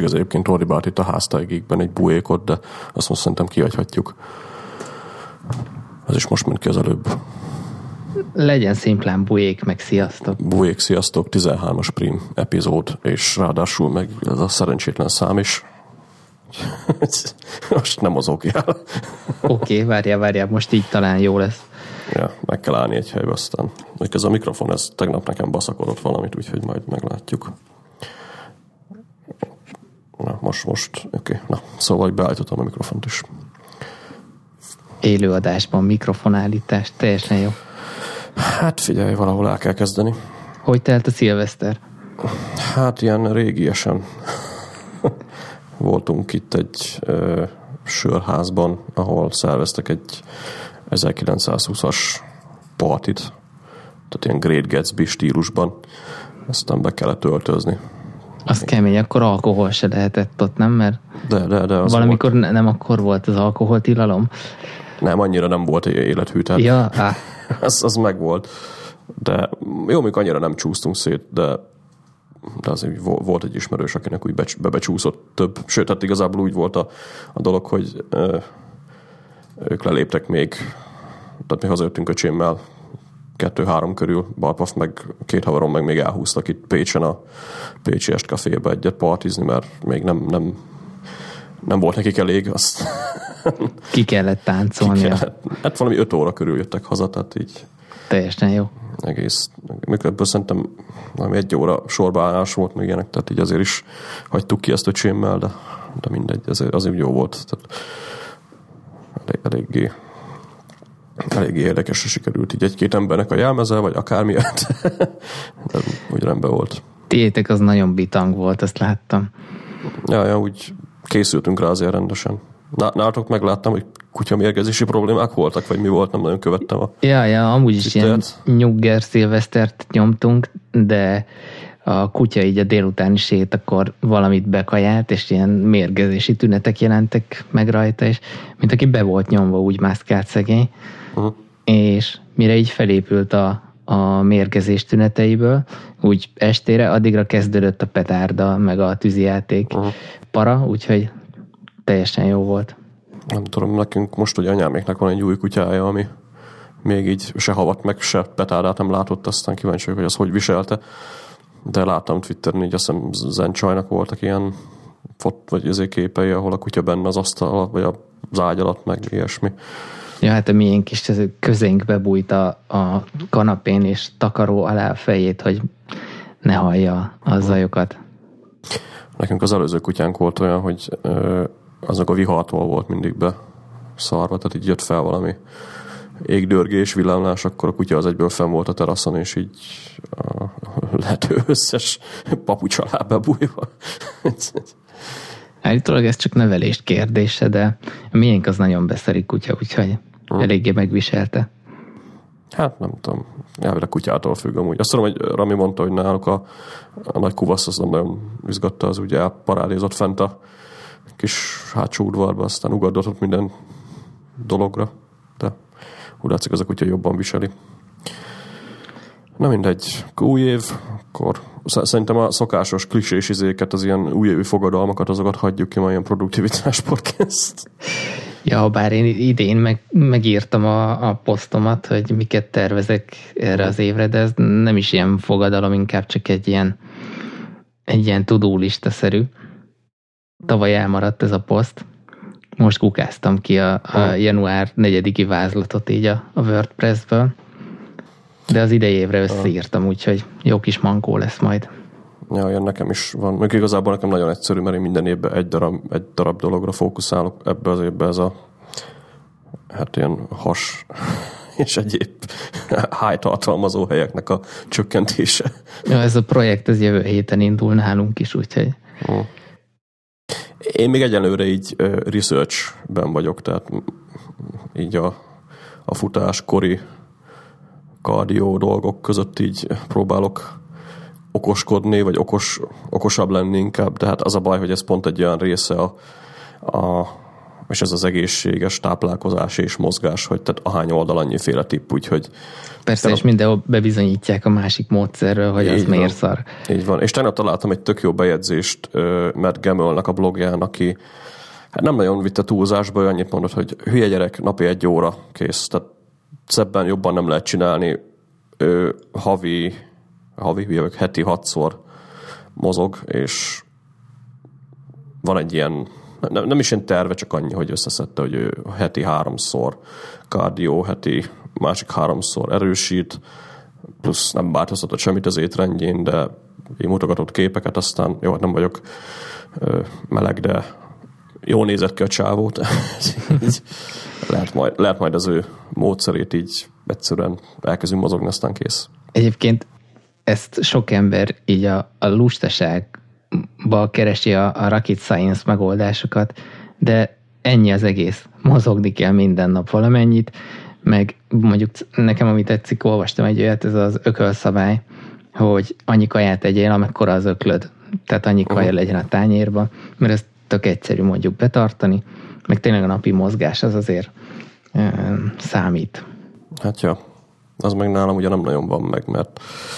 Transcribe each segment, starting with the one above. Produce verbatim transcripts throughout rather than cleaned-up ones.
igaz, egyébként ordibált itt a háztáigékben egy bujékot, de azt most szerintem kihagyhatjuk. Ez is most ment ki az előbb. Legyen szimplán bujék, meg sziasztok. Bujék, sziasztok, tizenhármas prim epizód, és ráadásul meg ez a szerencsétlen szám is. Most nem mozogjál. Oké, okay, várjál, várjál, most így talán jó lesz. Ja, meg kell állni egy helybe aztán. Ez a mikrofon, ez tegnap nekem baszakodott valamit, úgyhogy majd meglátjuk. Na, most, most, oké. Okay. Na, szóval beállítottam a mikrofont is. Élőadásban mikrofonállítás, teljesen jó. Hát figyelj, valahol el kell kezdeni. Hogy telt a szilveszter? Hát ilyen régiesen. Voltunk itt egy ö, sörházban, ahol szerveztek egy ezerkilencszázhúszas partit, tehát ilyen Great Gatsby stílusban. Aztán be kellett öltözni. Az kemény, akkor alkohol se lehetett ott, nem? Mert de, de, de az valamikor volt. Nem akkor volt az alkoholtilalom? Nem, annyira nem volt élethű, tehát ja, á. az, az meg volt. De jó, még annyira nem csúsztunk szét, de, de azért volt egy ismerős, akinek úgy becs, bebecsúszott több. Sőt, hát igazából úgy volt a, a dolog, hogy ö, ők leléptek még, tehát mi hazajöttünk öcsémmel kettő-három körül, Balpaf meg két havarom meg még elhúztak itt Pécsen a Pécsi Est Cafébe egyet partizni, mert még nem, nem, nem volt nekik elég. Azt Ki kellett táncolni. Ki kellett. Hát valami öt óra körül jöttek haza, tehát így teljesen jó. Egész, mikor ebből szerintem valami egy óra sorbaállás volt még ilyenek, tehát így azért is hagytuk ki ezt öcsémmel, de, de mindegy, azért, azért jó volt. Tehát elég, eléggé eléggé érdekesre sikerült így egy-két embernek a jelmeze, vagy akármilyet. De úgy rendben volt. Tiétek az nagyon bitang volt, azt láttam. Ja, ja, úgy készültünk rá azért rendesen. Nálatok megláttam, hogy kutyamérgezési problémák voltak, vagy mi volt, nem nagyon követtem a... Ja, ja, amúgy is ilyen nyugger szilvesztert nyomtunk, de a kutya így a délutáni sét, akkor valamit bekajált, és ilyen mérgezési tünetek jelentek meg rajta, és mint aki be volt nyomva, úgy mászkált szegény. Uh-huh. És mire így felépült a, a mérgezés tüneteiből, úgy estére, addigra kezdődött a petárda, meg a tűzijáték uh-huh. para, úgyhogy teljesen jó volt. Nem tudom, nekünk most ugye anyáméknak van egy új kutyája, ami még így se havat meg, se petárdát nem látott, aztán kíváncsi vagyok, hogy az hogy viselte. De láttam Twitteren, így azt hiszem Zencsajnak voltak ilyen fot, vagy ezért képei, ahol a kutya benne az asztal, vagy az ágy alatt, meg ilyesmi. Ja, hát a miénk is közénk bebújt a, a kanapén, és takaró alá a fejét, hogy ne hallja a zajokat. Nekünk az előző kutyánk volt olyan, hogy ö, azok a vihartól volt mindig be szarva, tehát így jött fel valami égdörgés, villámlás, akkor a kutya az egyből fenn volt a teraszon, és így a lehető összes papucs alá bebújva. Állítólag ez csak nevelést kérdése, de a miénk az nagyon beszerik kutya, úgyhogy hmm. eléggé megviselte. Hát nem tudom, elvére kutyától függ amúgy. Azt tudom, hogy Rami mondta, hogy náluk a, a nagy kuvasz az nem nagyon izgatta, az ugye elparádézott fent a kis hátsó udvarba, aztán ugadott minden dologra, de úgy látszik, az a kutya jobban viseli. Na mindegy, új év, akkor szerintem a szokásos klisés izéket, az ilyen újévi fogadalmakat, azokat hagyjuk ki, majd ilyen produktivitás podcast. Ja, bár én idén meg, megírtam a, a posztomat, hogy miket tervezek erre az évre, de ez nem is ilyen fogadalom, inkább csak egy ilyen egy ilyen to-do lista-szerű. Tavaly elmaradt ez a poszt. Most kukáztam ki a, a január negyediki vázlatot így a, a WordPress-ből. De az idei évre összeírtam, úgyhogy jó kis mankó lesz majd. Ja, ilyen nekem is van. Még igazából nekem nagyon egyszerű, mert én minden évben egy darab, egy darab dologra fókuszálok. Ebbe az évben ez a hát ilyen has és egyéb high tartalmazó helyeknek a csökkentése. Ja, ez a projekt ez jövő héten indul nálunk is, úgyhogy... Hmm. Én még egyelőre így uh, research-ben vagyok, tehát így a, a futás, kori, kardió dolgok között így próbálok okoskodni, vagy okos, okosabb lenni inkább, de hát az a baj, hogy ez pont egy olyan része a, a és ez az egészséges táplálkozás és mozgás, hogy tehát ahány oldal annyiféle tipp, úgyhogy persze, és mindenhol bebizonyítják a másik módszerről, hogy az miért szar. Így van. És tegnap találtam egy tök jó bejegyzést Matt Gammelnek a blogján, aki hát nem nagyon vitte túlzásba, hogy annyit mondott, hogy hülye gyerek, napi egy óra, kész. Tehát szebben jobban nem lehet csinálni. Ő havi, havi hülye, vagy heti hatszor mozog, és van egy ilyen, nem, nem is ilyen terve, csak annyi, hogy összeszedte, hogy ő heti háromszor kardió, heti másik háromszor erősít, plusz nem változtatott semmit az étrendjén, de így mutogatott képeket, aztán jó, hát nem vagyok ö, meleg, de jól nézett ki a csávót. lehet, majd, lehet majd az ő módszerét így egyszerűen elkezdünk mozogni, aztán kész. Egyébként ezt sok ember így a, a lustaságba keresi a, a rocket science megoldásokat, de ennyi az egész. Mozogni kell minden nap valamennyit, meg mondjuk nekem, ami tetszik, olvastam egy olyat, ez az ökölszabály, hogy annyi kaját egyél, amekkora az öklöd. Tehát annyi kaja uh-huh. legyen a tányérban, mert ez tök egyszerű mondjuk betartani, meg tényleg a napi mozgás az azért e, számít. Hát ja, az meg nálam ugye nem nagyon van meg, mert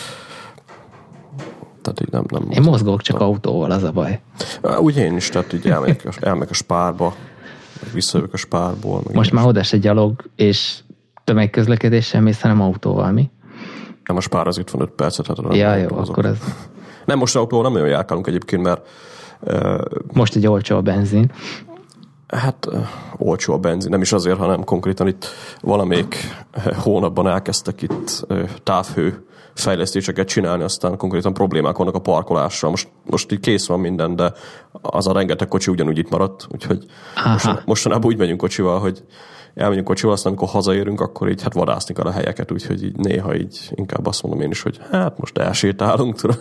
tehát így nem, nem én mozgok csak nem. Autóval, az a baj. Úgy én is, tehát így elmegyek, elmegyek a Spárba, visszajövök a Spárból. Most már oda se gyalog, és tömegközlekedéssel mész, hanem autóval, mi? Nem, a Spár az ötvenöt percet. Hát ja, jó, azok. Akkor az... Nem, most autóval nem nagyon járkálunk egyébként, mert... Uh, most egy olcsó a benzin. Hát uh, olcsó a benzin, nem is azért, hanem konkrétan itt valamelyik hónapban elkezdtek itt uh, távhő fejlesztéseket csinálni, aztán konkrétan problémák vannak a parkolással. Most, most így kész van minden, de az a rengeteg kocsi ugyanúgy itt maradt, úgyhogy mostan, mostanában úgy megyünk kocsival, hogy elmegyünk kocsival, aztán amikor hazaérünk, akkor így hát vadászni kell a helyeket, úgyhogy így néha így inkább azt mondom én is, hogy hát most elsétálunk, tudom.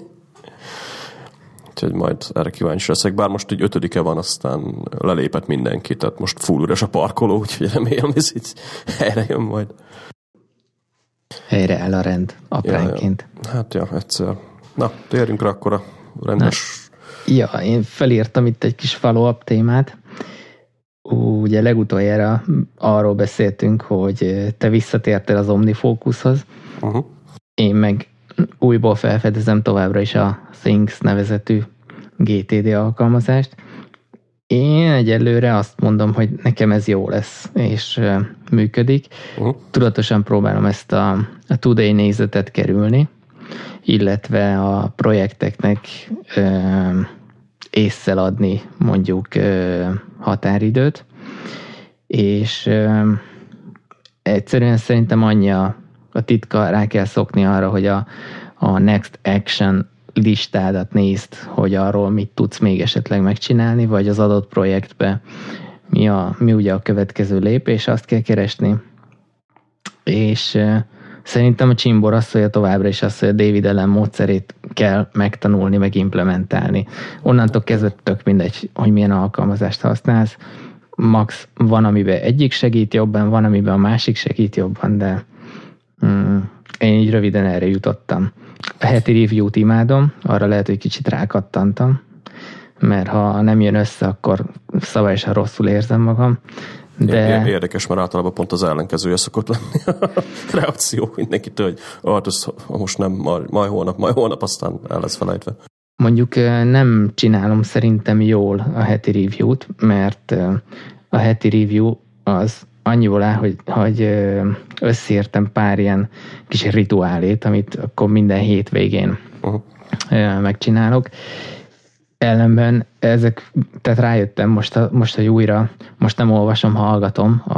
Úgyhogy majd erre kíváncsi leszek. Bár most így ötödike van, aztán lelépett mindenki, tehát most full üres a parkoló, úgyhogy remélem, ez így helyre jön majd. Helyre áll a rend, apránként. Ja, ja. Hát ja, egyszer. Na, térjünk rá akkor a rendes... Na, ja, én felírtam itt egy kis follow-up témát. Ugye legutoljára arról beszéltünk, hogy te visszatértél az OmniFocushoz. Uh-huh. Én meg újból felfedezem továbbra is a Things nevezetű gé té dé alkalmazást. Én egyelőre azt mondom, hogy nekem ez jó lesz, és működik. Uh-huh. Tudatosan próbálom ezt a, a Today nézetet kerülni, illetve a projekteknek ö, ésszel adni mondjuk ö, határidőt, és ö, egyszerűen szerintem annyi a, a titka, rá kell szokni arra, hogy a, a Next Action listádat nézd, hogy arról mit tudsz még esetleg megcsinálni, vagy az adott projektbe mi, a, mi ugye a következő lépés, azt kell keresni. És uh, szerintem a csimbor azt mondja továbbra is azt, hogy a David Allen módszerét kell megtanulni, meg implementálni. Onnantól kezdve tök mindegy, hogy milyen alkalmazást használsz. Max van, amiben egyik segít jobban, van, amiben a másik segít jobban, de mm, én így röviden erre jutottam. A heti review-t imádom, arra lehet, hogy kicsit rákattantam, mert ha nem jön össze, akkor szabályosan rosszul érzem magam. De... Érdekes, mert általában pont az ellenkezője szokott lenni a reakció mindenkitől, hogy ah, ez most nem, majd, majd holnap, majd holnap, aztán el lesz felejtve. Mondjuk nem csinálom szerintem jól a heti review-t, mert a heti review az annyiból áll, hogy, hogy összeértem pár ilyen kis rituálét, amit akkor minden hétvégén uh-huh. megcsinálok. Ellenben ezek, tehát rájöttem most, a, most hogy újra, most nem olvasom, hallgatom a,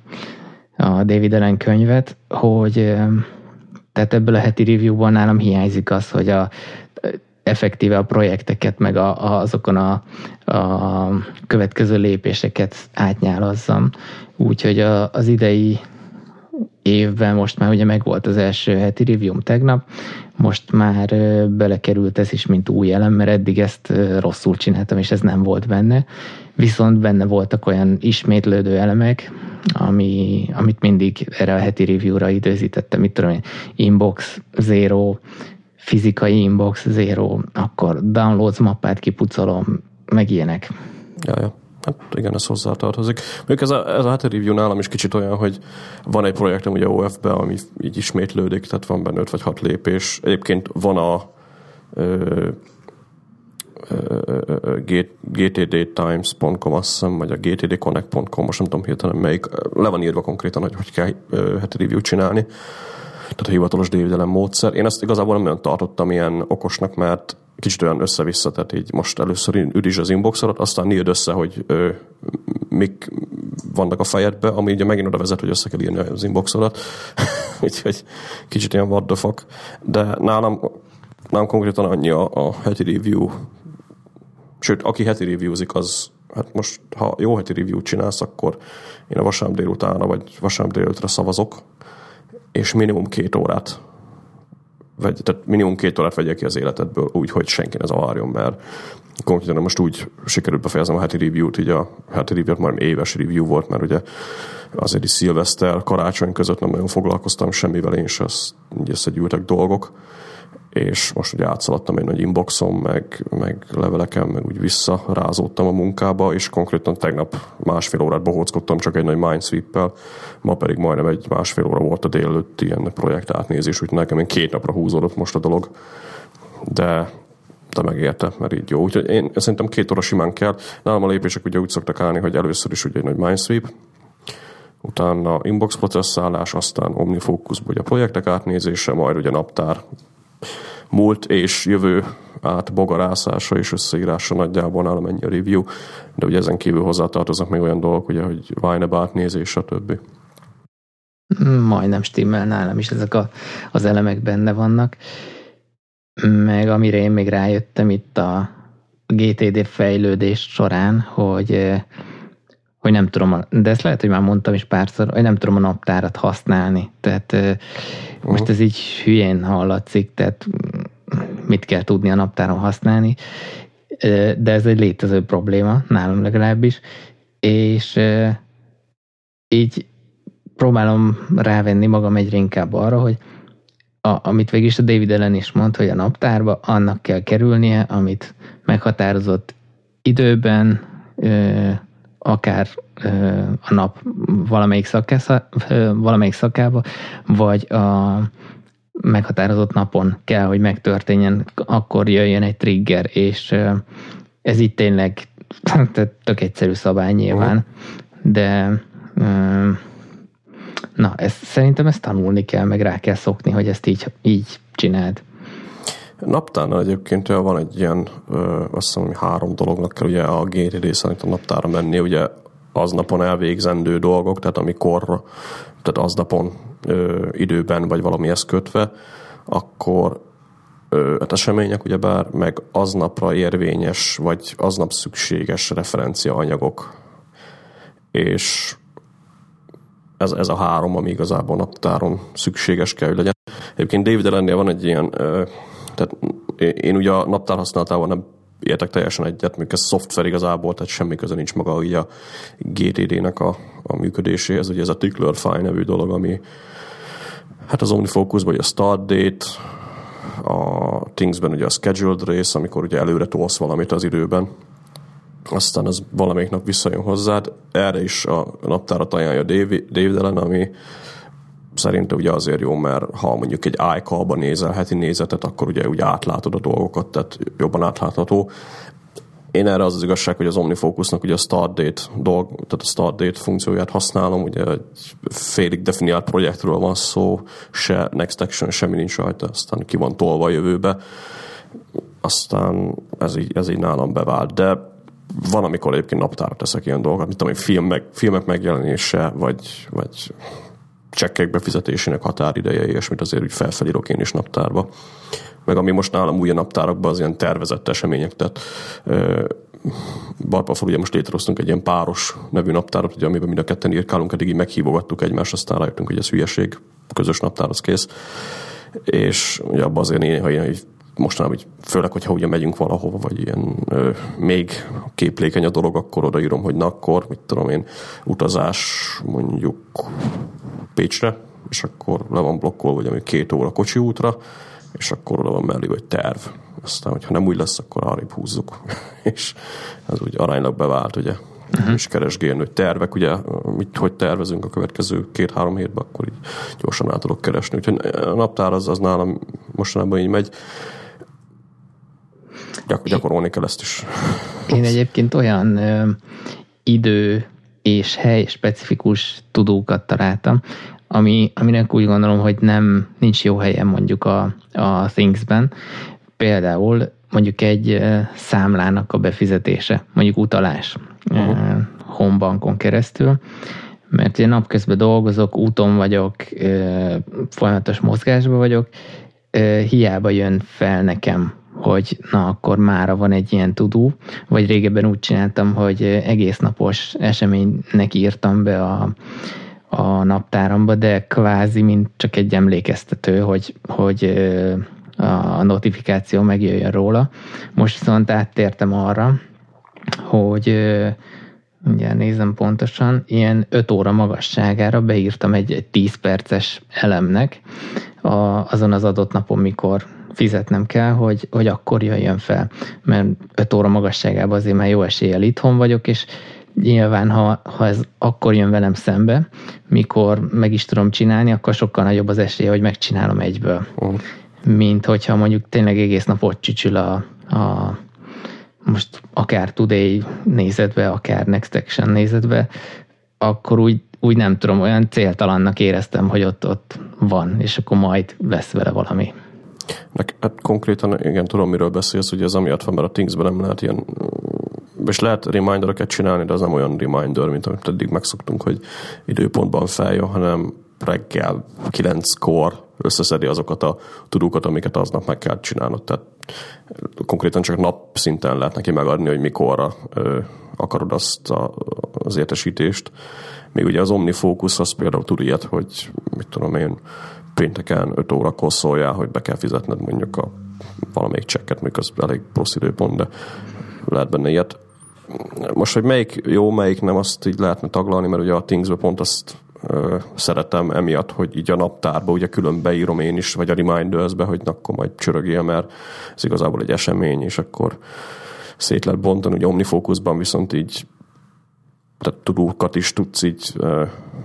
a David Allen könyvet, hogy tehát ebből a heti review-ban nálam hiányzik az, hogy a effektíve a projekteket, meg a, azokon a, a következő lépéseket átnyálazzam. Úgyhogy a, az idei évben most már ugye megvolt az első heti review-m tegnap, most már belekerült ez is, mint új elem, mert eddig ezt rosszul csináltam, és ez nem volt benne. Viszont benne voltak olyan ismétlődő elemek, ami, amit mindig erre a heti review-ra időzítettem, mit tudom én, inbox zero, fizikai inbox zero, akkor downloads mappát kipucolom, meg ilyenek. Ja, ja. Hát igen, ez hozzátartozik. Még ez a, ez a heti review nálam is kicsit olyan, hogy van egy projektem ugye o ef-ben, ami így ismétlődik, tehát van benne öt vagy hat lépés. Egyébként van a ö, gé té dé times pont com azt hiszem, vagy a gé té dé connect pont com, most nem tudom hirtelen melyik, le van írva konkrétan, hogy hogy kell heti review csinálni. Tehát a hivatalos dévidelem módszer. Én ezt igazából nem olyan tartottam ilyen okosnak, mert kicsit olyan össze-vissza, tehát így most először üdítsd az inboxodat, aztán írd össze, hogy ö, mik vannak a fejedbe, ami ugye megint oda vezet, hogy össze kell írni az inboxodat. Úgyhogy kicsit ilyen what the fuck. De nálam, nálam konkrétan annyi a, a heti review. Sőt, aki heti reviewzik, az hát most, ha jó heti review csinálsz, akkor én a vasárnap délutánra, vagy vasárnap délutánra szavazok, és minimum két órát vagy, tehát minimum két órát vegyek ki az életedből úgy, hogy senki ne zavarjon, mert konkrétan most úgy sikerült befejeznem a heti review-t, így a heti review-t majd éves review volt, mert ugye azért is szilveszter, karácsony között nem nagyon foglalkoztam semmivel, én is azt, így összegyűltek dolgok, és most ugye átszaladtam egy nagy inboxon, meg, meg leveleken, meg úgy visszarázódtam a munkába, és konkrétan tegnap másfél órát bohóckodtam csak egy nagy Minesweep-pel, ma pedig majdnem egy másfél óra volt a délelőtt ilyen projekt átnézés, úgyhogy nekem én két napra húzódott most a dolog, de, de megérte, mert így jó. Úgyhogy én szerintem két óra simán kell. Nálam a lépések ugye úgy szoktak állni, hogy először is ugye egy nagy Minesweep, utána inbox processzálás, aztán OmniFocusból ugye a projektek átnézése, majd ugye naptár, múlt és jövő át bogarászása és összeírása nagyjából nálam ennyi a review, de ugye ezen kívül hozzátartoznak még olyan dolgok, ugye, hogy Vineb átnézés, stb. Majdnem stimmel, nálam is ezek a, az elemek benne vannak. Meg amire én még rájöttem itt a gé té dé fejlődés során, hogy, hogy nem tudom, de ezt lehet, hogy már mondtam is párszor, hogy nem tudom a naptárat használni. Tehát uh-huh. most ez így hülyén hallatszik, tehát mit kell tudni a naptáron használni, de ez egy létező probléma, nálam legalábbis, és így próbálom rávenni magam egyre inkább arra, hogy a, amit végig is a David Allen is mond, hogy a naptárba annak kell kerülnie, amit meghatározott időben, akár a nap valamelyik, szakása, valamelyik szakába, vagy a meghatározott napon kell, hogy megtörténjen, akkor jöjjön egy trigger, és ez itt tényleg tök egyszerű szabály nyilván, de na, ezt, szerintem ezt tanulni kell, meg rá kell szokni, hogy ezt így, így csináld. Naptárnál egyébként van egy ilyen, ö, azt hiszem, hogy három dolognak kell ugye a gé té dé szerint a naptárra menni, ugye aznapon elvégzendő dolgok, tehát amikor, tehát aznapon ö, időben vagy valamihez kötve, akkor ö, hát események ugyebár, meg aznapra érvényes, vagy aznap szükséges referenciaanyagok. És ez, ez a három, ami igazából naptáron szükséges kell, hogy legyen. Egyébként David Allennél van egy ilyen, ö, tehát én ugye a naptár használatával nem értek teljesen egyet, még ez szoftver igazából, tehát semmi köze nincs maga ugye a gé té dé-nek a, a működéséhez, ugye ez a Tickler File nevű dolog, ami hát az OmniFocusban ugye a Start Date, a Thingsben ugye a Scheduled rész, amikor ugye előre tolsz valamit az időben, aztán az valamelyik nap visszajön hozzád. Erre is a naptárat ajánlja David Allen, ami szerintem ugye azért jó, mert ha mondjuk egy iCal-ba nézel heti nézetet, akkor ugye úgy átlátod a dolgokat, tehát jobban átlátható. Én erre az az igazság, hogy az OmniFocusnak ugye a Start Date dolg, tehát a Start Date funkcióját használom, ugye egy félig definiált projektről van szó, se Next Action, semmi nincs rajta, aztán ki van tolva a jövőbe, aztán ez így, ez így nálam bevált, de van, amikor egyébként naptárra teszek ilyen dolgokat, mint amíg film meg, filmek megjelenése, vagy, vagy csekkek befizetésének határideje, és mit azért úgy felfelírok én is naptárba. Meg ami most nálam új a naptárakban, az ilyen tervezett események, tehát Barpafal ugye most létrehoztunk egy ilyen páros nevű naptárat, ugye, amiben mind a ketten írkálunk, eddig így meghívogattuk egymást, aztán rájöttünk, hogy ez hülyeség, közös naptár, az kész. És ugye abban azért néha ilyen, hogy mostanában, hogy főleg, hogyha ugye megyünk valahova, vagy ilyen ö, még képlékeny a dolog, akkor odaírom, hogy na akkor, mit tudom én, utazás mondjuk Pécsre, és akkor le van blokkolva, vagy két óra kocsi útra, és akkor oda van mellé, hogy terv. Aztán, hogyha nem úgy lesz, akkor arrébb húzzuk. És ez úgy aránylag bevált, ugye. uh-huh. és keresgélni, hogy tervek, ugye, mit, hogy tervezünk a következő két-három hétben, akkor így gyorsan át tudok keresni. Úgyhogy a naptár az, az nálam mostanában így megy. Gyak, gyakorolni kell ezt is. Én egyébként olyan ö, idő és hely specifikus tudókat találtam, ami, aminek úgy gondolom, hogy nem nincs jó helyen mondjuk a, a Things-ben. Például mondjuk egy számlának a befizetése, mondjuk utalás uh-huh. homebankon keresztül, mert én napközben dolgozok, úton vagyok, folyamatos mozgásban vagyok, hiába jön fel nekem, hogy na akkor mára van egy ilyen tudó, vagy régebben úgy csináltam, hogy egész napos eseménynek írtam be a, a naptáramba, de kvázi mint csak egy emlékeztető, hogy, hogy a notifikáció megjöjjön róla. Most viszont áttértem arra, hogy ugye nézem pontosan, ilyen öt óra magasságára beírtam egy, egy tíz perces elemnek a, azon az adott napon, mikor fizetnem kell, hogy, hogy akkor jöjjön fel. Mert öt óra magasságában azért már jó eséllyel itthon vagyok, és nyilván, ha, ha ez akkor jön velem szembe, mikor meg is tudom csinálni, akkor sokkal nagyobb az esélye, hogy megcsinálom egyből. Uh. Mint hogyha mondjuk tényleg egész nap ott csücsül a, a most akár Today nézetbe, akár Next Action nézetbe, akkor úgy, úgy nem tudom, olyan céltalannak éreztem, hogy ott, ott van, és akkor majd lesz vele valami. Hát konkrétan, igen, tudom, miről beszélsz, ugye ez amiatt van, mert a Things-ben nem lehet ilyen, és lehet remindereket csinálni, de az nem olyan reminder, mint amit eddig megszoktunk, hogy időpontban feljön, hanem reggel kilenckor összeszedi azokat a tudókat, amiket aznap meg kell csinálnod. Tehát konkrétan csak napszinten lehet neki megadni, hogy mikorra ö, akarod azt a, az értesítést. Még ugye az OmniFocus az például tud ilyet, hogy mit tudom én, pénteken öt órakor szóljál, hogy be kell fizetned mondjuk a valamelyik csekket, még az elég rossz időpont, de lehet benne ilyet. Most, hogy melyik jó, melyik nem, azt így lehetne taglalni, mert ugye a Things-be pont azt ö, szeretem emiatt, hogy így a naptárba ugye külön beírom én is, vagy a Reminders-be, hogy na, akkor majd csörögjél, mert ez igazából egy esemény, és akkor szét lehet bontani, ugye OmniFocusban viszont így tehát tudókat is tudsz így ö,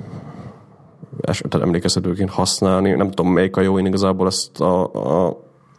tehát emlékeztetőként használni. Nem tudom, melyik a jó, én igazából ezt a, a,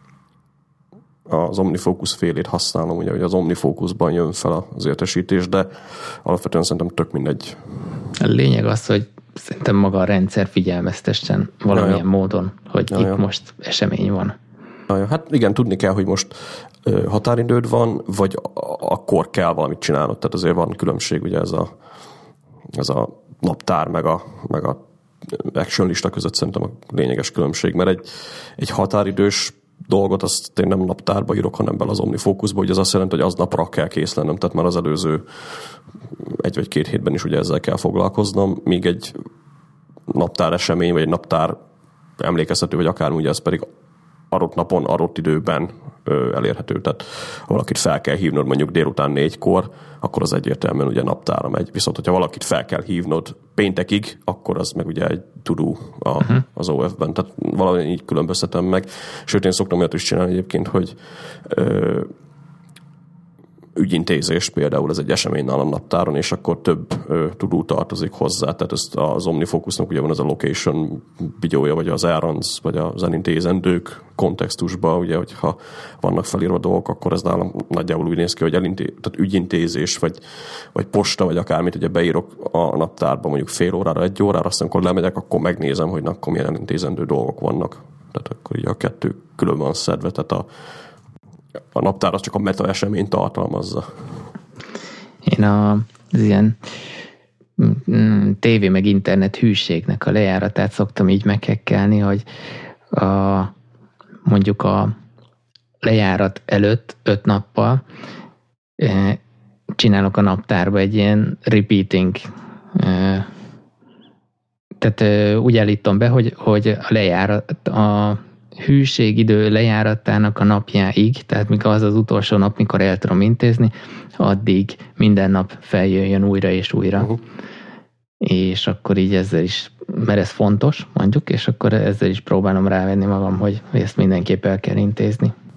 az OmniFocus félét használom, ugye, hogy az OmniFocusban jön fel az értesítés, de alapvetően szerintem tök mindegy. A lényeg az, hogy szerintem maga a rendszer figyelmeztessen valamilyen ja, ja. módon, hogy ja, itt ja. most esemény van. Ja, ja. Hát igen, tudni kell, hogy most ö, határidőd van, vagy akkor kell valamit csinálnod. Tehát azért van különbség, ugye ez a, ez a naptár, meg a, meg a action lista között szerintem a lényeges különbség, mert egy, egy határidős dolgot azt én nem naptárba írok, hanem bele az OmniFocusba, hogy ez azt jelenti, hogy aznapra kell kész lennem, tehát már az előző egy vagy két hétben is ugye ezzel kell foglalkoznom, míg egy naptár esemény, vagy egy naptár emlékeztető, vagy akármi, ugye ez pedig adott napon, adott időben ö, elérhető. Tehát ha valakit fel kell hívnod mondjuk délután négykor, akkor az egyértelműen ugye naptára megy. Viszont, hogyha valakit fel kell hívnod péntekig, akkor az meg ugye egy to-do a, uh-huh. az o ef-ben. Tehát valahogy így különböztetem meg. Sőt, én szoktam olyat is csinálni egyébként, hogy ö, ügyintézés például, ez egy esemény nálam naptáron, és akkor több ö, to-do tartozik hozzá. Tehát ezt az OmniFocusnak ugye van ez a location videója, vagy az errands, vagy az elintézendők kontextusban, ugye, hogyha vannak felírva dolgok, akkor ez nálam nagyjából úgy néz ki, hogy elinté- tehát ügyintézés, vagy, vagy posta, vagy akármit, ugye beírok a naptárba mondjuk fél órára, egy órára, aztán amikor lemegyek, akkor megnézem, hogy na, akkor milyen elintézendő dolgok vannak. Tehát akkor ugye a kettő külön van szedve, tehát a A naptár az csak a meta eseményt tartalmazza. Én a, az ilyen tévé meg internet hűségnek a lejáratát szoktam így meghekkelni, hogy a, mondjuk a lejárat előtt öt nappal csinálok a naptárba egy ilyen repeating, tehát úgy állítom be, hogy, hogy a lejárat a hűségidő lejáratának a napjáig, tehát mikor az az utolsó nap, mikor el tudom intézni, addig minden nap feljöjjön újra és újra. Uh-huh. És akkor így ezzel is, mert ez fontos, mondjuk, és akkor ezzel is próbálom rávenni magam, hogy ezt mindenképp el kell intézni.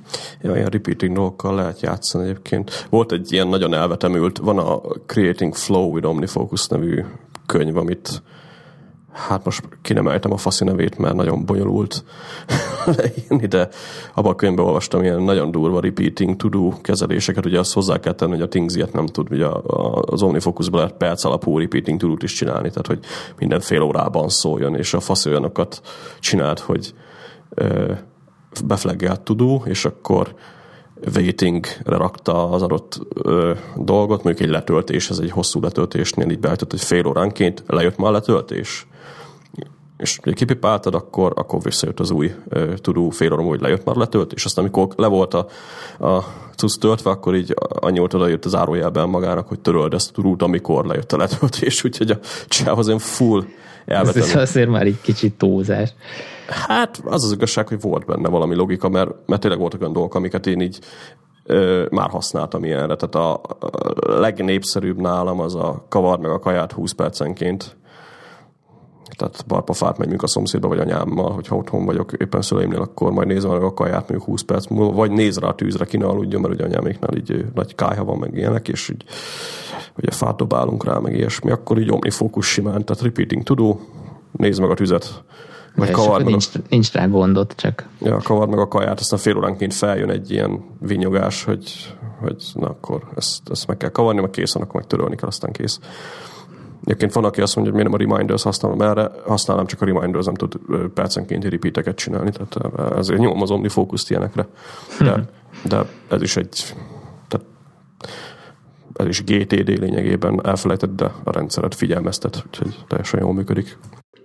Ja, ilyen repeating dolgokkal lehet játszani egyébként. Volt egy ilyen nagyon elvetemült, van a Creating Flow with OmniFocus nevű könyv, amit hát most ki nem ejtem a faszi nevét, mert nagyon bonyolult leírni, de abban a könyvben olvastam ilyen nagyon durva repeating to-do kezeléseket, ugye azt hozzá kell tenni, hogy a Things ilyet nem tud, ugye az OmniFocusban lehet perc alapú repeating to-do-t is csinálni, tehát hogy minden fél órában szóljon, és a faszi olyanokat csinált, hogy ö, beflaggelt to-do, és akkor waitingre rakta az adott ö, dolgot, mondjuk egy letöltés, ez egy hosszú letöltésnél így beállított, hogy fél óránként lejött már a letöltés, és kipipáltad, akkor, akkor visszajött az új uh, to-do fél óra, hogy lejött már a letöltés, aztán amikor le volt a, a cucc töltve, akkor így annyit oda jött az zárójelben magának, hogy töröld ezt a to-do-t, amikor lejött a letöltés, úgyhogy a csáv az én full elvetemű. Ez azért már egy kicsit túlzás. Hát az az igazság, hogy volt benne valami logika, mert, mert tényleg voltak olyan dolgok, amiket én így ö, már használtam ilyenre. Tehát a, a legnépszerűbb nálam az a kavard meg a kaját húsz percenként. Tehát barpafát megyünk a szomszédba, vagy anyámmal, hogyha otthon vagyok éppen szüleimnél, akkor majd nézem meg a kaját mondjuk húsz perc múlva, vagy néz rá a tűzre, ki ne aludjon, mert ugye anyáméknál így nagy kályha van, meg ilyenek, és így ugye fát dobálunk rá, meg ilyesmi, akkor így OmniFocus simán, tehát repeating to do, nézd meg a tüzet, vagy kavard meg nincs, a... nincs rá gondot, csak... Ja, kavard meg a kaját, aztán fél óránként feljön egy ilyen vinyogás, hogy, hogy na akkor ezt, ezt meg kell kavarni, meg kész van, akkor meg törölni kell, aztán kész. Egyébként van, aki azt mondja, hogy miért nem a Reminders használom erre, használom, csak a Reminders nem tud percenkénti repeateket csinálni, tehát ezért nyomom az OmniFocus-t ilyenekre. De, hmm. de ez is egy tehát ez is gé té dé lényegében elfelejtett, de a rendszeret figyelmeztet, úgyhogy teljesen jól működik.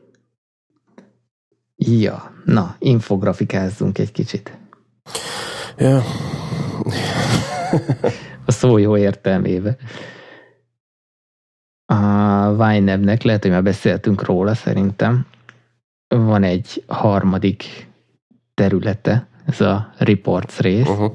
Ja, na, infografikázzunk egy kicsit. Ja. A szó jó értelmébe. A YNAB-nek, lehet, hogy már beszéltünk róla szerintem, van egy harmadik területe, ez a reports rész, uh-huh.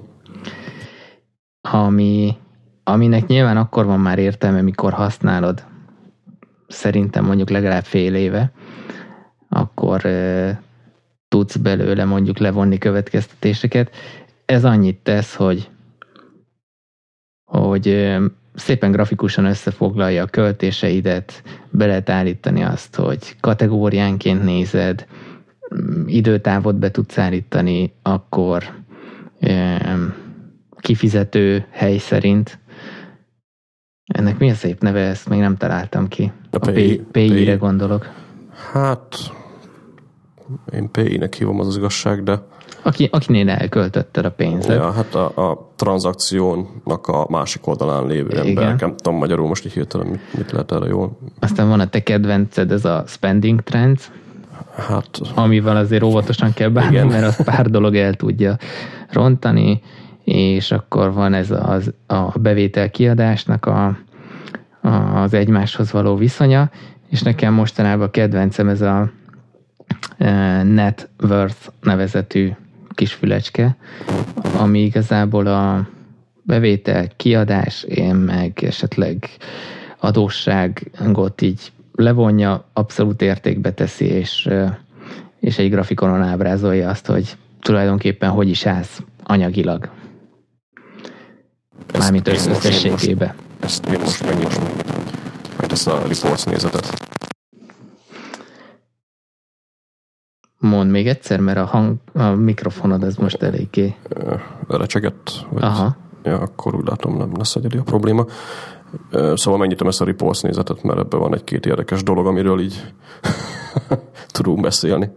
ami, aminek nyilván akkor van már értelme, mikor használod, szerintem mondjuk legalább fél éve, akkor e, tudsz belőle mondjuk levonni következtetéseket. Ez annyit tesz, hogy hogy e, szépen grafikusan összefoglalja a költéseidet, be lehet állítani azt, hogy kategóriánként nézed, időtávot be tudsz állítani, akkor e, kifizető hely szerint. Ennek mi a szép neve? Ezt még nem találtam ki. A, a pé i-re gondolok. Hát én pé i-nek hívom, az az igazság, de Aki, akinél elköltötted a pénzed. Ja, hát a, a tranzakciónak a másik oldalán lévő ember. Nem tudom magyarul most így hirtelen mit, mit lehet erre jól. Aztán van a te kedvenced, ez a spending trends, hát, amivel azért óvatosan kell bánni, mert az pár dolog el tudja rontani, és akkor van ez az, a bevétel-kiadásnak a, a, az egymáshoz való viszonya, és nekem mostanában a kedvencem ez a net worth nevezetű kis fülecske, ami igazából a bevétel, kiadás, én meg esetleg adósságot így levonja, abszolút értékbe teszi, és, és egy grafikonon ábrázolja azt, hogy tulajdonképpen hogy is állsz anyagilag. Ezt Mármint összességében. Ezt én most megnyitom, majd ezt a reports nézetet. Mondd még egyszer, mert a, hang, a mikrofonod az most eléggé... Recsegett. Vagy, Aha. Ja, akkor úgy látom, nem lesz egyedi a probléma. Szóval megnyitom ezt a reports nézetet, mert ebben van egy-két érdekes dolog, amiről így tudunk beszélni.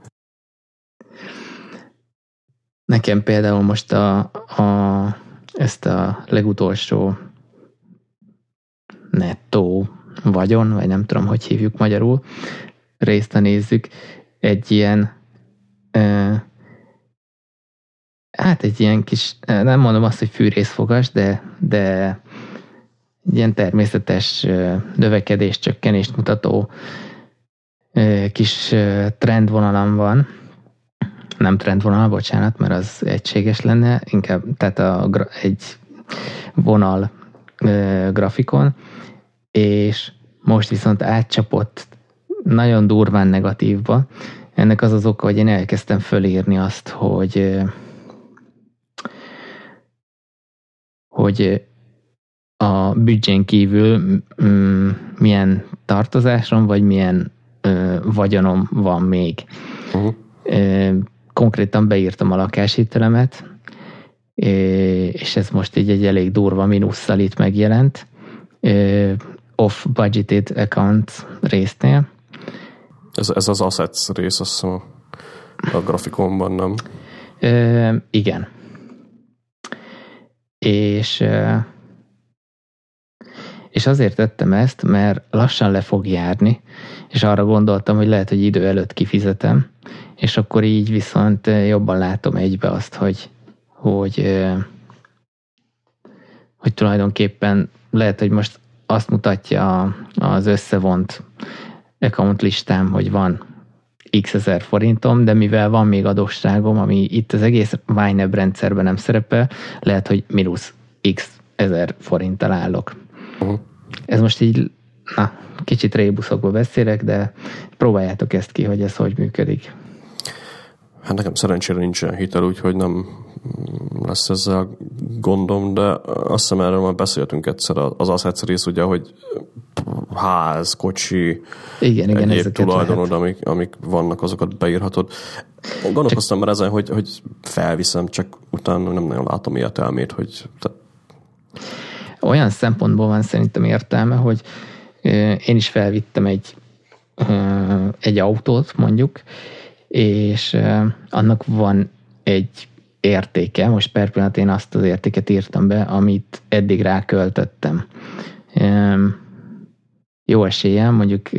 Nekem például most a, a, ezt a legutolsó nettó vagyon, vagy nem tudom, hogy hívjuk magyarul, részt nézzük, egy ilyen uh, hát egy ilyen kis, nem mondom azt, hogy fűrészfogas, de, de egy ilyen természetes uh, növekedés, csökkenést mutató uh, kis uh, trendvonalam van. Nem trendvonal, bocsánat, mert az egységes lenne, inkább tehát a, egy vonal uh, grafikon, és most viszont átcsapott nagyon durván negatívba. Ennek az az oka, hogy én elkezdtem fölírni azt, hogy hogy a büdzsén kívül mm, milyen tartozásom, vagy milyen ö, vagyonom van még. Uh-huh. Ö, konkrétan beírtam a lakáshitelemet, és ez most így egy elég durva mínusszal itt megjelent, off-budgeted account résznél. Ez, ez az assets rész, azt hiszem a grafikonban, nem? Ö, igen. És, és azért tettem ezt, mert lassan le fog járni, és arra gondoltam, hogy lehet, hogy idő előtt kifizetem, és akkor így viszont jobban látom egybe azt, hogy hogy, hogy tulajdonképpen lehet, hogy most azt mutatja az összevont account listám, hogy van x ezer forintom, de mivel van még adósságom, ami itt az egész YNAB rendszerben nem szerepel, lehet, hogy mínusz x ezer forinttal állok. Uh-huh. Ez most így, na, kicsit rébuszokba beszélek, de próbáljátok ezt ki, hogy ez hogy működik. Hát nekem szerencsére nincsen hitel, úgyhogy nem lesz ezzel gondom, de azt hiszem erről már beszéltünk egyszer, az assets rész ugye, hogy ház, kocsi, igen, igen, egyéb tulajdonod, amik, amik vannak, azokat beírhatod. Gondolkoztam már ezen, hogy, hogy felviszem, csak utána nem nagyon látom értelmét, hogy... Te... Olyan szempontból van szerintem értelme, hogy én is felvittem egy, egy autót, mondjuk, és annak van egy értéke, most per pillanat én azt az értéket írtam be, amit eddig ráköltöttem. Jó eséllyel, mondjuk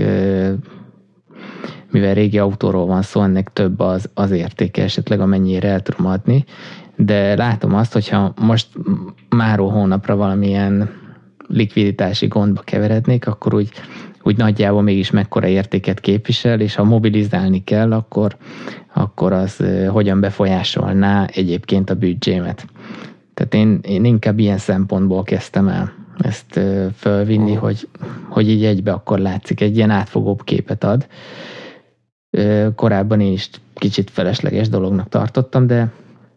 mivel régi autóról van szó, ennek több az, az értéke, esetleg amennyire el tudom adni, de látom azt, hogyha most máró hónapra valamilyen likviditási gondba keverednék, akkor úgy, úgy nagyjából mégis mekkora értéket képvisel, és ha mobilizálni kell, akkor, akkor az hogyan befolyásolná egyébként a büdzsémet. Tehát én, én inkább ilyen szempontból kezdtem el ezt fölvinni, uh. hogy, hogy így egybe akkor látszik, egy ilyen átfogóbb képet ad. Korábban én is kicsit felesleges dolognak tartottam, de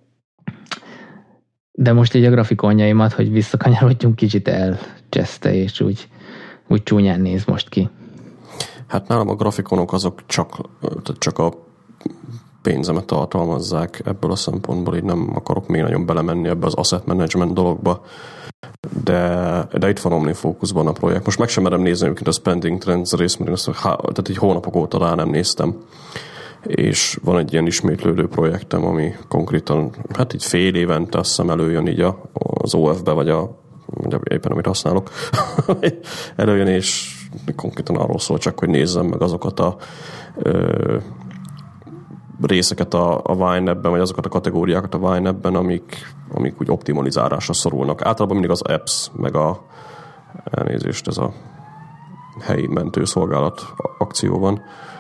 de most így a grafikonjaimat, hogy visszakanyarodjunk, kicsit elcseszte, és úgy, úgy csúnyán néz most ki. Hát nálam a grafikonok azok csak, csak a pénzemet tartalmazzák ebből a szempontból, így nem akarok még nagyon belemenni ebbe az asset management dologba, de, de itt van OmniFocusban a projekt. Most meg sem merem nézni egyébként a spending trends részt, mert azt, tehát így hónapok óta rá nem néztem. És van egy ilyen ismétlődő projektem, ami konkrétan, hát így fél évente azt hiszem előjön így a, az o ef-be, vagy a, éppen amit használok, előjön, és konkrétan arról szól csak, hogy nézzem meg azokat a ö, részeket a, a YNAB-ben, vagy azokat a kategóriákat a YNAB-ben, amik, amik úgy optimalizálásra szorulnak. Általában mindig az apps, meg a elnézést, ez a helyi mentőszolgálat akció van.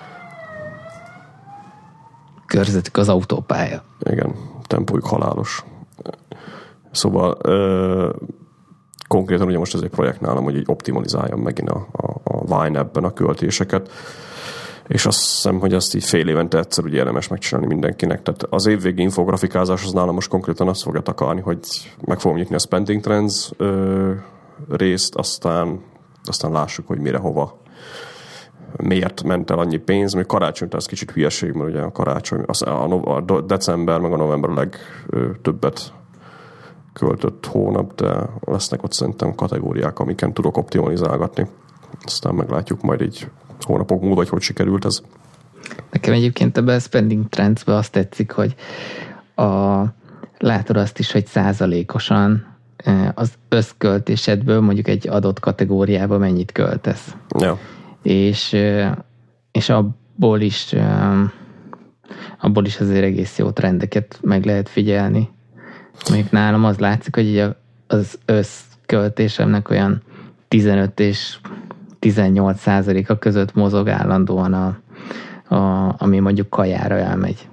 Körzetük az autópálya. Igen, tempójuk halálos. Szóval ö, konkrétan ugye most ez egy projekt nálam, hogy így optimalizáljam megint a, a, a YNAB-ben a költéseket, és azt hiszem, hogy ezt így fél évente egyszer ugye érdemes megcsinálni mindenkinek. Tehát az évvégi infografikázás az nálam most konkrétan azt fogja takarni, hogy meg fogom nyitni a spending trends ö, részt, aztán, aztán lássuk, hogy mire, hova, miért ment el annyi pénz, még karácsonytól ez kicsit hülyeség, mert ugye a karácsony, a, a, a december meg a november a legtöbbet költött hónap, de lesznek ott szerintem kategóriák, amiken tudok optimalizálgatni. Aztán meglátjuk majd így hónapok múlva, hogy hogy sikerült ez. Nekem egyébként ebben a spending trendsben azt tetszik, hogy a, látod azt is, hogy százalékosan az összköltésedből mondjuk egy adott kategóriába mennyit költesz. Ja. És, és abból is abból is azért egész jó trendeket meg lehet figyelni. Még nálam az látszik, hogy az összköltésemnek olyan tizenöt és tizennyolc százaléka között mozog állandóan, a, a, ami mondjuk kajára elmegy.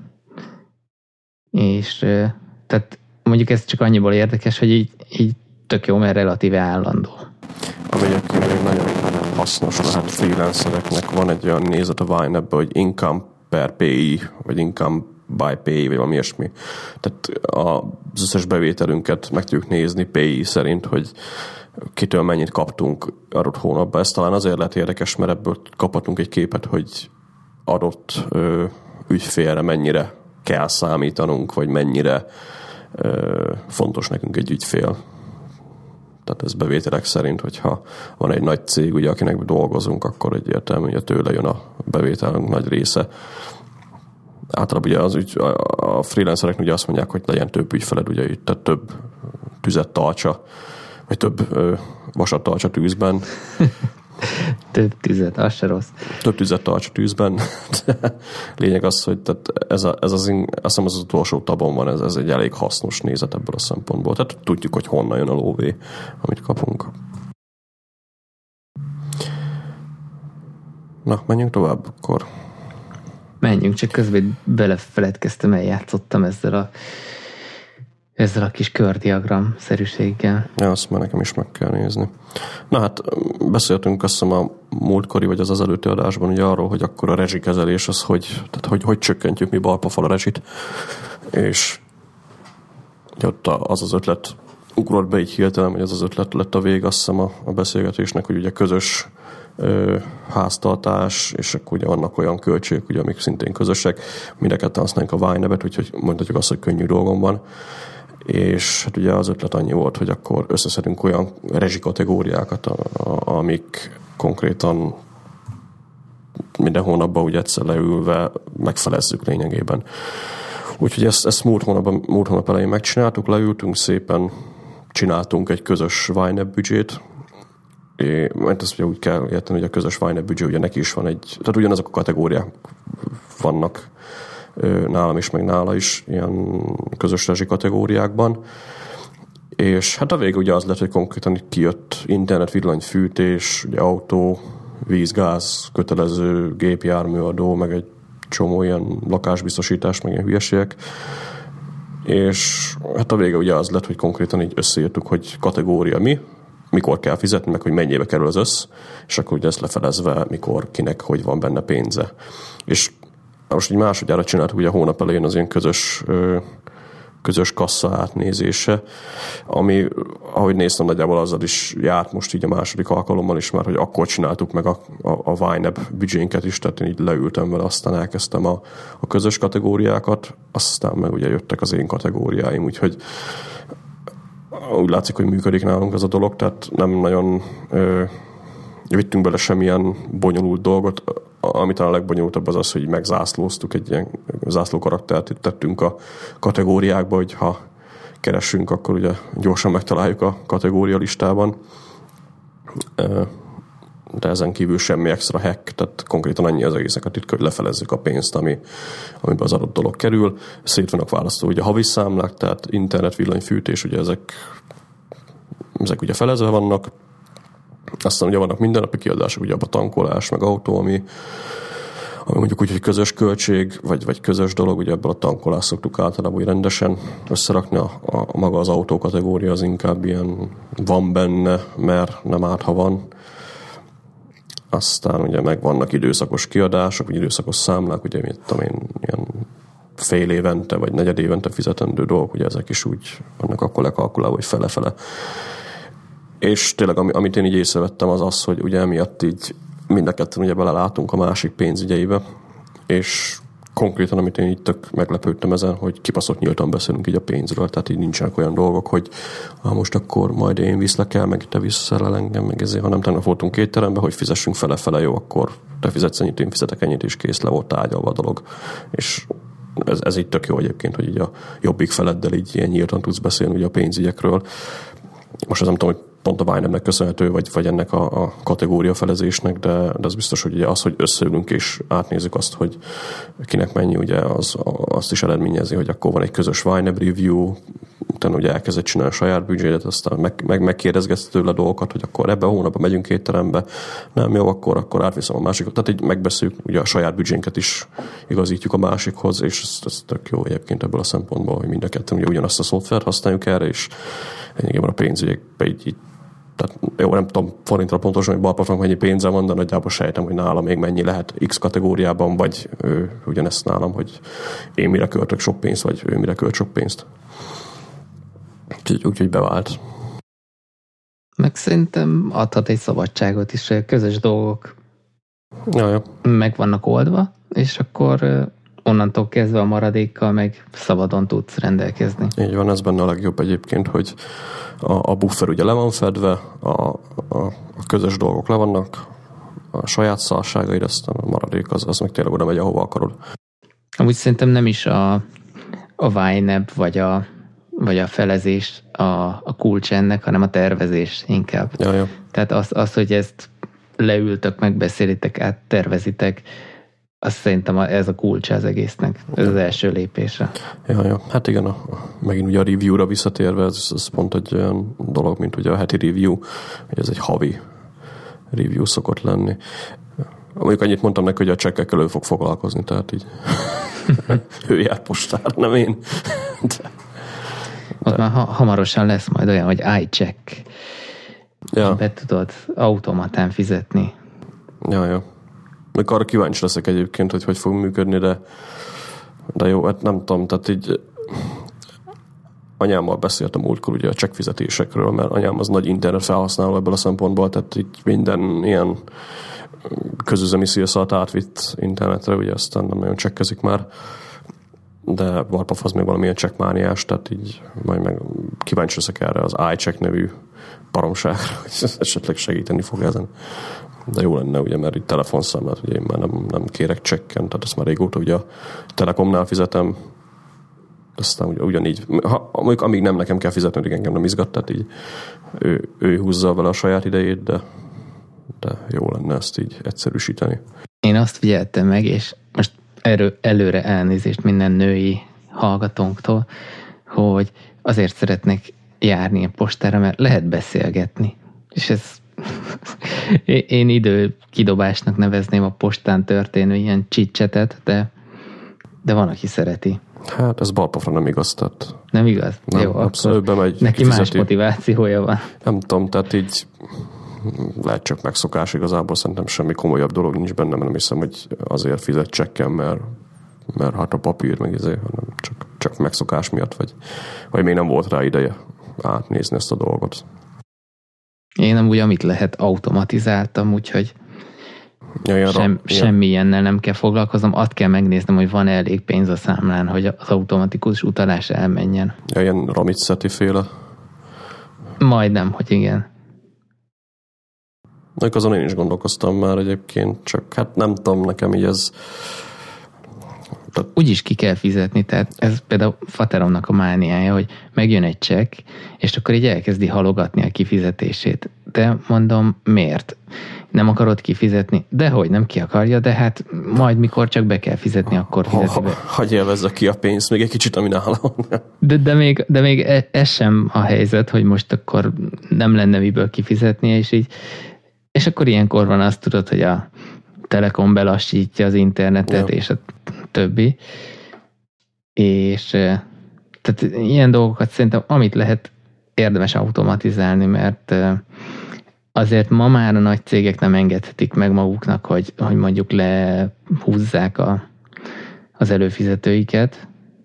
És tehát mondjuk ez csak annyiból érdekes, hogy így, így tök jó, mert relatíve állandó. Ami egyébként még nagyon hasznos lehet freelancereknek. Van egy olyan nézet a YNAB-ben, hogy income per pay, vagy income by pay, vagy valami ilyesmi. Tehát az összes bevételünket meg tudjuk nézni pay szerint, hogy kitől mennyit kaptunk adott hónapban. Ez talán azért lehet érdekes, mert ebből kaphatunk egy képet, hogy adott ö, ügyfélre mennyire kell számítanunk, vagy mennyire ö, fontos nekünk egy ügyfél. Tehát ez bevételek szerint, hogyha van egy nagy cég, ugye, akinek dolgozunk, akkor egyértelmű, hogy tőle jön a bevételünk nagy része. Általában ugye az ügy, a freelancerek ugye azt mondják, hogy legyen több ügyfeled, ugye itt, tehát több tüzet tartsa, vagy több ö, vasat tartsa tűzben. Több tüzet, az se rossz. Több tüzet tartsa tűzben. Lényeg az, hogy tehát ez, a, ez az, azt hiszem az utolsó tabon van, ez, ez egy elég hasznos nézet ebből a szempontból. Tehát tudjuk, hogy honnan jön a lóvé, amit kapunk. Na, menjünk tovább akkor. Menjünk, csak közben belefeledkeztem, eljátszottam ezzel a ezzel a kis kördiagram-szerűséggel. Ja, azt már nekem is meg kell nézni. Na hát, beszéltünk azt hiszem a múltkori, vagy az az előtti adásban ugye arról, hogy akkor a rezsikezelés az, hogy, tehát hogy, hogy csökkentjük mi balpafal a rezsit, és ugye ott az az ötlet ugrott be így hirtelen, hogy az az ötlet lett a vég, azt hiszem a, a beszélgetésnek, hogy ugye közös ö, háztartás, és akkor ugye vannak olyan költségek, ugye, amik szintén közösek, mindeket használjuk a YNAB-et, úgyhogy mondhatjuk azt, hogy könnyű dolgom van. És hát ugye az ötlet annyi volt, hogy akkor összeszedünk olyan rezsikategóriákat, amik konkrétan minden hónapban ugye egyszer leülve megfelezzük lényegében. Úgyhogy ezt, ezt múlt, hónapban, múlt hónap elején megcsináltuk, leültünk szépen, csináltunk egy közös YNAB büdzsét, mert ezt ugye úgy kell érteni, hogy a közös YNAB büdzsé ugye neki is van egy, tehát ugyanazok a kategóriák vannak nálam is, meg nála is ilyen közös rezsi kategóriákban. És hát a vége ugye az lett, hogy konkrétan kijött internet, villany, fűtés, ugye autó, víz, gáz, kötelező gépjárműadó, meg egy csomó ilyen lakásbiztosítás, meg ilyen hülyeségek. És hát a vége ugye az lett, hogy konkrétan így összeírtuk, hogy kategória mi, mikor kell fizetni, meg hogy mennyibe kerül az össz, és akkor ugye ezt lefelezve, mikor, kinek, hogy van benne pénze. És most így másodjára csináltuk, ugye a hónap elején az ilyen közös, közös kassa átnézése, ami, ahogy néztem, nagyjából azzal is járt most így a második alkalommal is már, hogy akkor csináltuk meg a, a, a YNAB büdzsénket is, tehát én így leültem vele, aztán elkezdtem a, a közös kategóriákat, aztán meg ugye jöttek az én kategóriáim, úgyhogy úgy látszik, hogy működik nálunk ez a dolog, tehát nem nagyon ö, vittünk bele semmilyen bonyolult dolgot. Ami talán a legbonyolultabb az az, hogy megzászlóztuk, egy ilyen zászló karaktert tettünk a kategóriákba, hogy ha keresünk, akkor ugye gyorsan megtaláljuk a kategória listában. De ezen kívül semmi extra hack, tehát konkrétan annyi az egészeket itt, hogy lefelezzük a pénzt, ami, amiben az adott dolog kerül. Szét vannak választó, ugye havi számlák, tehát internet, villany, fűtés, ugye ezek, ezek ugye felezve vannak. Aztán ugye vannak mindennapi kiadások, ugye a tankolás, meg autó, ami, ami mondjuk úgy, hogy közös költség, vagy, vagy közös dolog, ugye ebből a tankolást szoktuk általában úgy rendesen összerakni, a, a, maga az autó kategória az inkább ilyen van benne, mert nem árt, ha van. Aztán ugye meg vannak időszakos kiadások, vagy időszakos számlák, ugye mit tudom én, ilyen fél évente, vagy negyed évente fizetendő dolgok, ugye ezek is úgy vannak akkor lekalkulálva, hogy fele-fele. És tényleg, amit én így észrevettem, az az, hogy ugye emiatt így mind a ketten ugye belelátunk a másik pénzügyeibe, és konkrétan, amit én így tök meglepődtem ezen, hogy kibaszott nyíltan beszélünk így a pénzről, tehát így nincsenek olyan dolgok, hogy ah, most akkor majd én viszlek el, meg te visszel el engem, meg ezért, hanem tegnap voltunk két teremben, hogy fizessünk fele-fele, jó, akkor te fizetsz ennyit, én fizetek ennyit, és kész, le volt tárgyalva a dolog. És ez, ez így tök jó egyébként, hogy így a jobbik feleddel így ilyen nyíltan tudsz beszélni ugye a pénzügyekről. Most az nem tudom, hogy pont a YNAB-nek köszönhető, vagy, vagy ennek a, a kategória felezésnek, de, de az biztos, hogy ugye az, hogy összeülünk és átnézzük azt, hogy kinek mennyi, ugye az, azt is eredményezi, hogy akkor van egy közös YNAB review, utána ugye elkezdett csinálni a saját büdzsédet, aztán meg, meg, megkérdezgetsz tőle dolgokat, hogy akkor ebben a hónapban megyünk étterembe, nem jó, akkor, akkor átviszem a másikot. Tehát így megbeszéljük, ugye a saját büdzsénket is igazítjuk a másikhoz, és ez, ez tök jó egyébként ebből a szempontból, hogy mind a ketten ugye ugyanazt a szoftvert használjuk erre, és ennyiben a pénzügyekben így, így Tehát jó, nem tudom forintra pontosan, hogy Balpafnak mennyi pénze van, de nagyjából sejtem, hogy nálam még mennyi lehet X kategóriában, vagy ő ugyanezt nálam, hogy én mire költök sok pénzt, vagy ő mire költ sok pénzt. Úgyhogy, úgyhogy bevált. Meg szerintem adhat egy szabadságot is, közös dolgok ja, ja. meg vannak oldva, és akkor onnantól kezdve a maradékkal meg szabadon tudsz rendelkezni. Így van, ez benne a legjobb egyébként, hogy a, a buffer ugye le van fedve, a, a, a közös dolgok le vannak, a saját szalságaid, aztán a maradék az, az meg tényleg oda megy, ahova akarod. Amúgy szerintem nem is a, a YNAB vagy a, vagy a felezés a, a kulcs ennek, hanem a tervezés inkább. Ja, ja. Tehát az, az, hogy ezt leültök, megbeszélitek, áttervezitek, azt szerintem ez a kulcsa az egésznek. Ez az első lépése. Ja, ja. Hát igen, a, megint ugye a review-ra visszatérve, ez, ez pont egy olyan dolog, mint ugye a heti review, hogy ez egy havi review szokott lenni. Mondjuk annyit mondtam neki, hogy a csekkekkel ő fog foglalkozni, tehát így ő jár postára, nem én. De, ott de. Már ha, hamarosan lesz majd olyan, hogy iCheck. Ja. Be tudod automatán fizetni. Ja, ja. Még arra kíváncsi leszek egyébként, hogy hogy fog működni, de, de jó, hát nem tudom, tehát így anyámmal beszéltem múltkor ugye a csekkfizetésekről, mert anyám az nagy internet felhasználó ebből a szempontból, tehát így minden ilyen közüzemi szírszalt átvitt internetre, ugye aztán nem nagyon csekkezik már, de Barpaf az még valamilyen csekkmániás, tehát így majd meg kíváncsi leszek erre az iCheck nevű baromságra, hogy esetleg segíteni fog ezen. De jó lenne, ugye, mert így telefonszámlát, ugye én már nem, nem kérek csekken, tehát ezt már régóta ugye a Telekomnál fizetem, aztán ugye, ugyanígy, ha, mondjuk amíg nem nekem kell fizetni, hogy engem nem izgat, tehát így ő, ő húzza vele a saját idejét, de, de jó lenne ezt így egyszerűsíteni. Én azt figyeltem meg, és most erről, előre elnézést minden női hallgatónktól, hogy azért szeretnek járni a postára, mert lehet beszélgetni. És ez én idő kidobásnak nevezném a postán történő ilyen csicsetet, de, de van, aki szereti. Hát ez Balpafra nem igaz, tehát... Nem igaz? Nem, jó, abszolút bemegy, neki kifizeti. Más motivációja van. Nem tudom, tehát így lehet csak megszokás igazából, szerintem semmi komolyabb dolog nincs benne, mert nem hiszem, hogy azért fizet csekken, mert, mert hát a papír meg izé, hanem csak, csak megszokás miatt, vagy, vagy még nem volt rá ideje átnézni ezt a dolgot. Én nem úgy, amit lehet, automatizáltam, úgyhogy ja, sem, semmi ilyennel nem kell foglalkoznom. Azt kell megnéznem, hogy van elég pénz a számlán, hogy az automatikus utalás elmenjen. Ja, ilyen Ramit-Szeti féle? Majdnem, hogy igen. Mondjuk azon én is gondolkoztam már egyébként, csak hát nem tudom, nekem így ez... Úgyis ki kell fizetni, tehát ez például Fateromnak a mániája, hogy megjön egy csekk, és akkor így elkezdi halogatni a kifizetését. De mondom, miért? Nem akarod kifizetni? Dehogy nem ki akarja, de hát majd mikor csak be kell fizetni, akkor fizeti be. Hagyj élvezze ki a pénzt, még egy kicsit, ami nála van. De, de, még, de még ez sem a helyzet, hogy most akkor nem lenne miből kifizetni, és így, és akkor ilyenkor van azt tudod, hogy a Telekom belassítja az internetet, ja. És a többi. És tehát ilyen dolgokat szerintem, amit lehet, érdemes automatizálni, mert azért ma már a nagy cégek nem engedhetik meg maguknak, hogy, hogy mondjuk lehúzzák a, az előfizetőiket,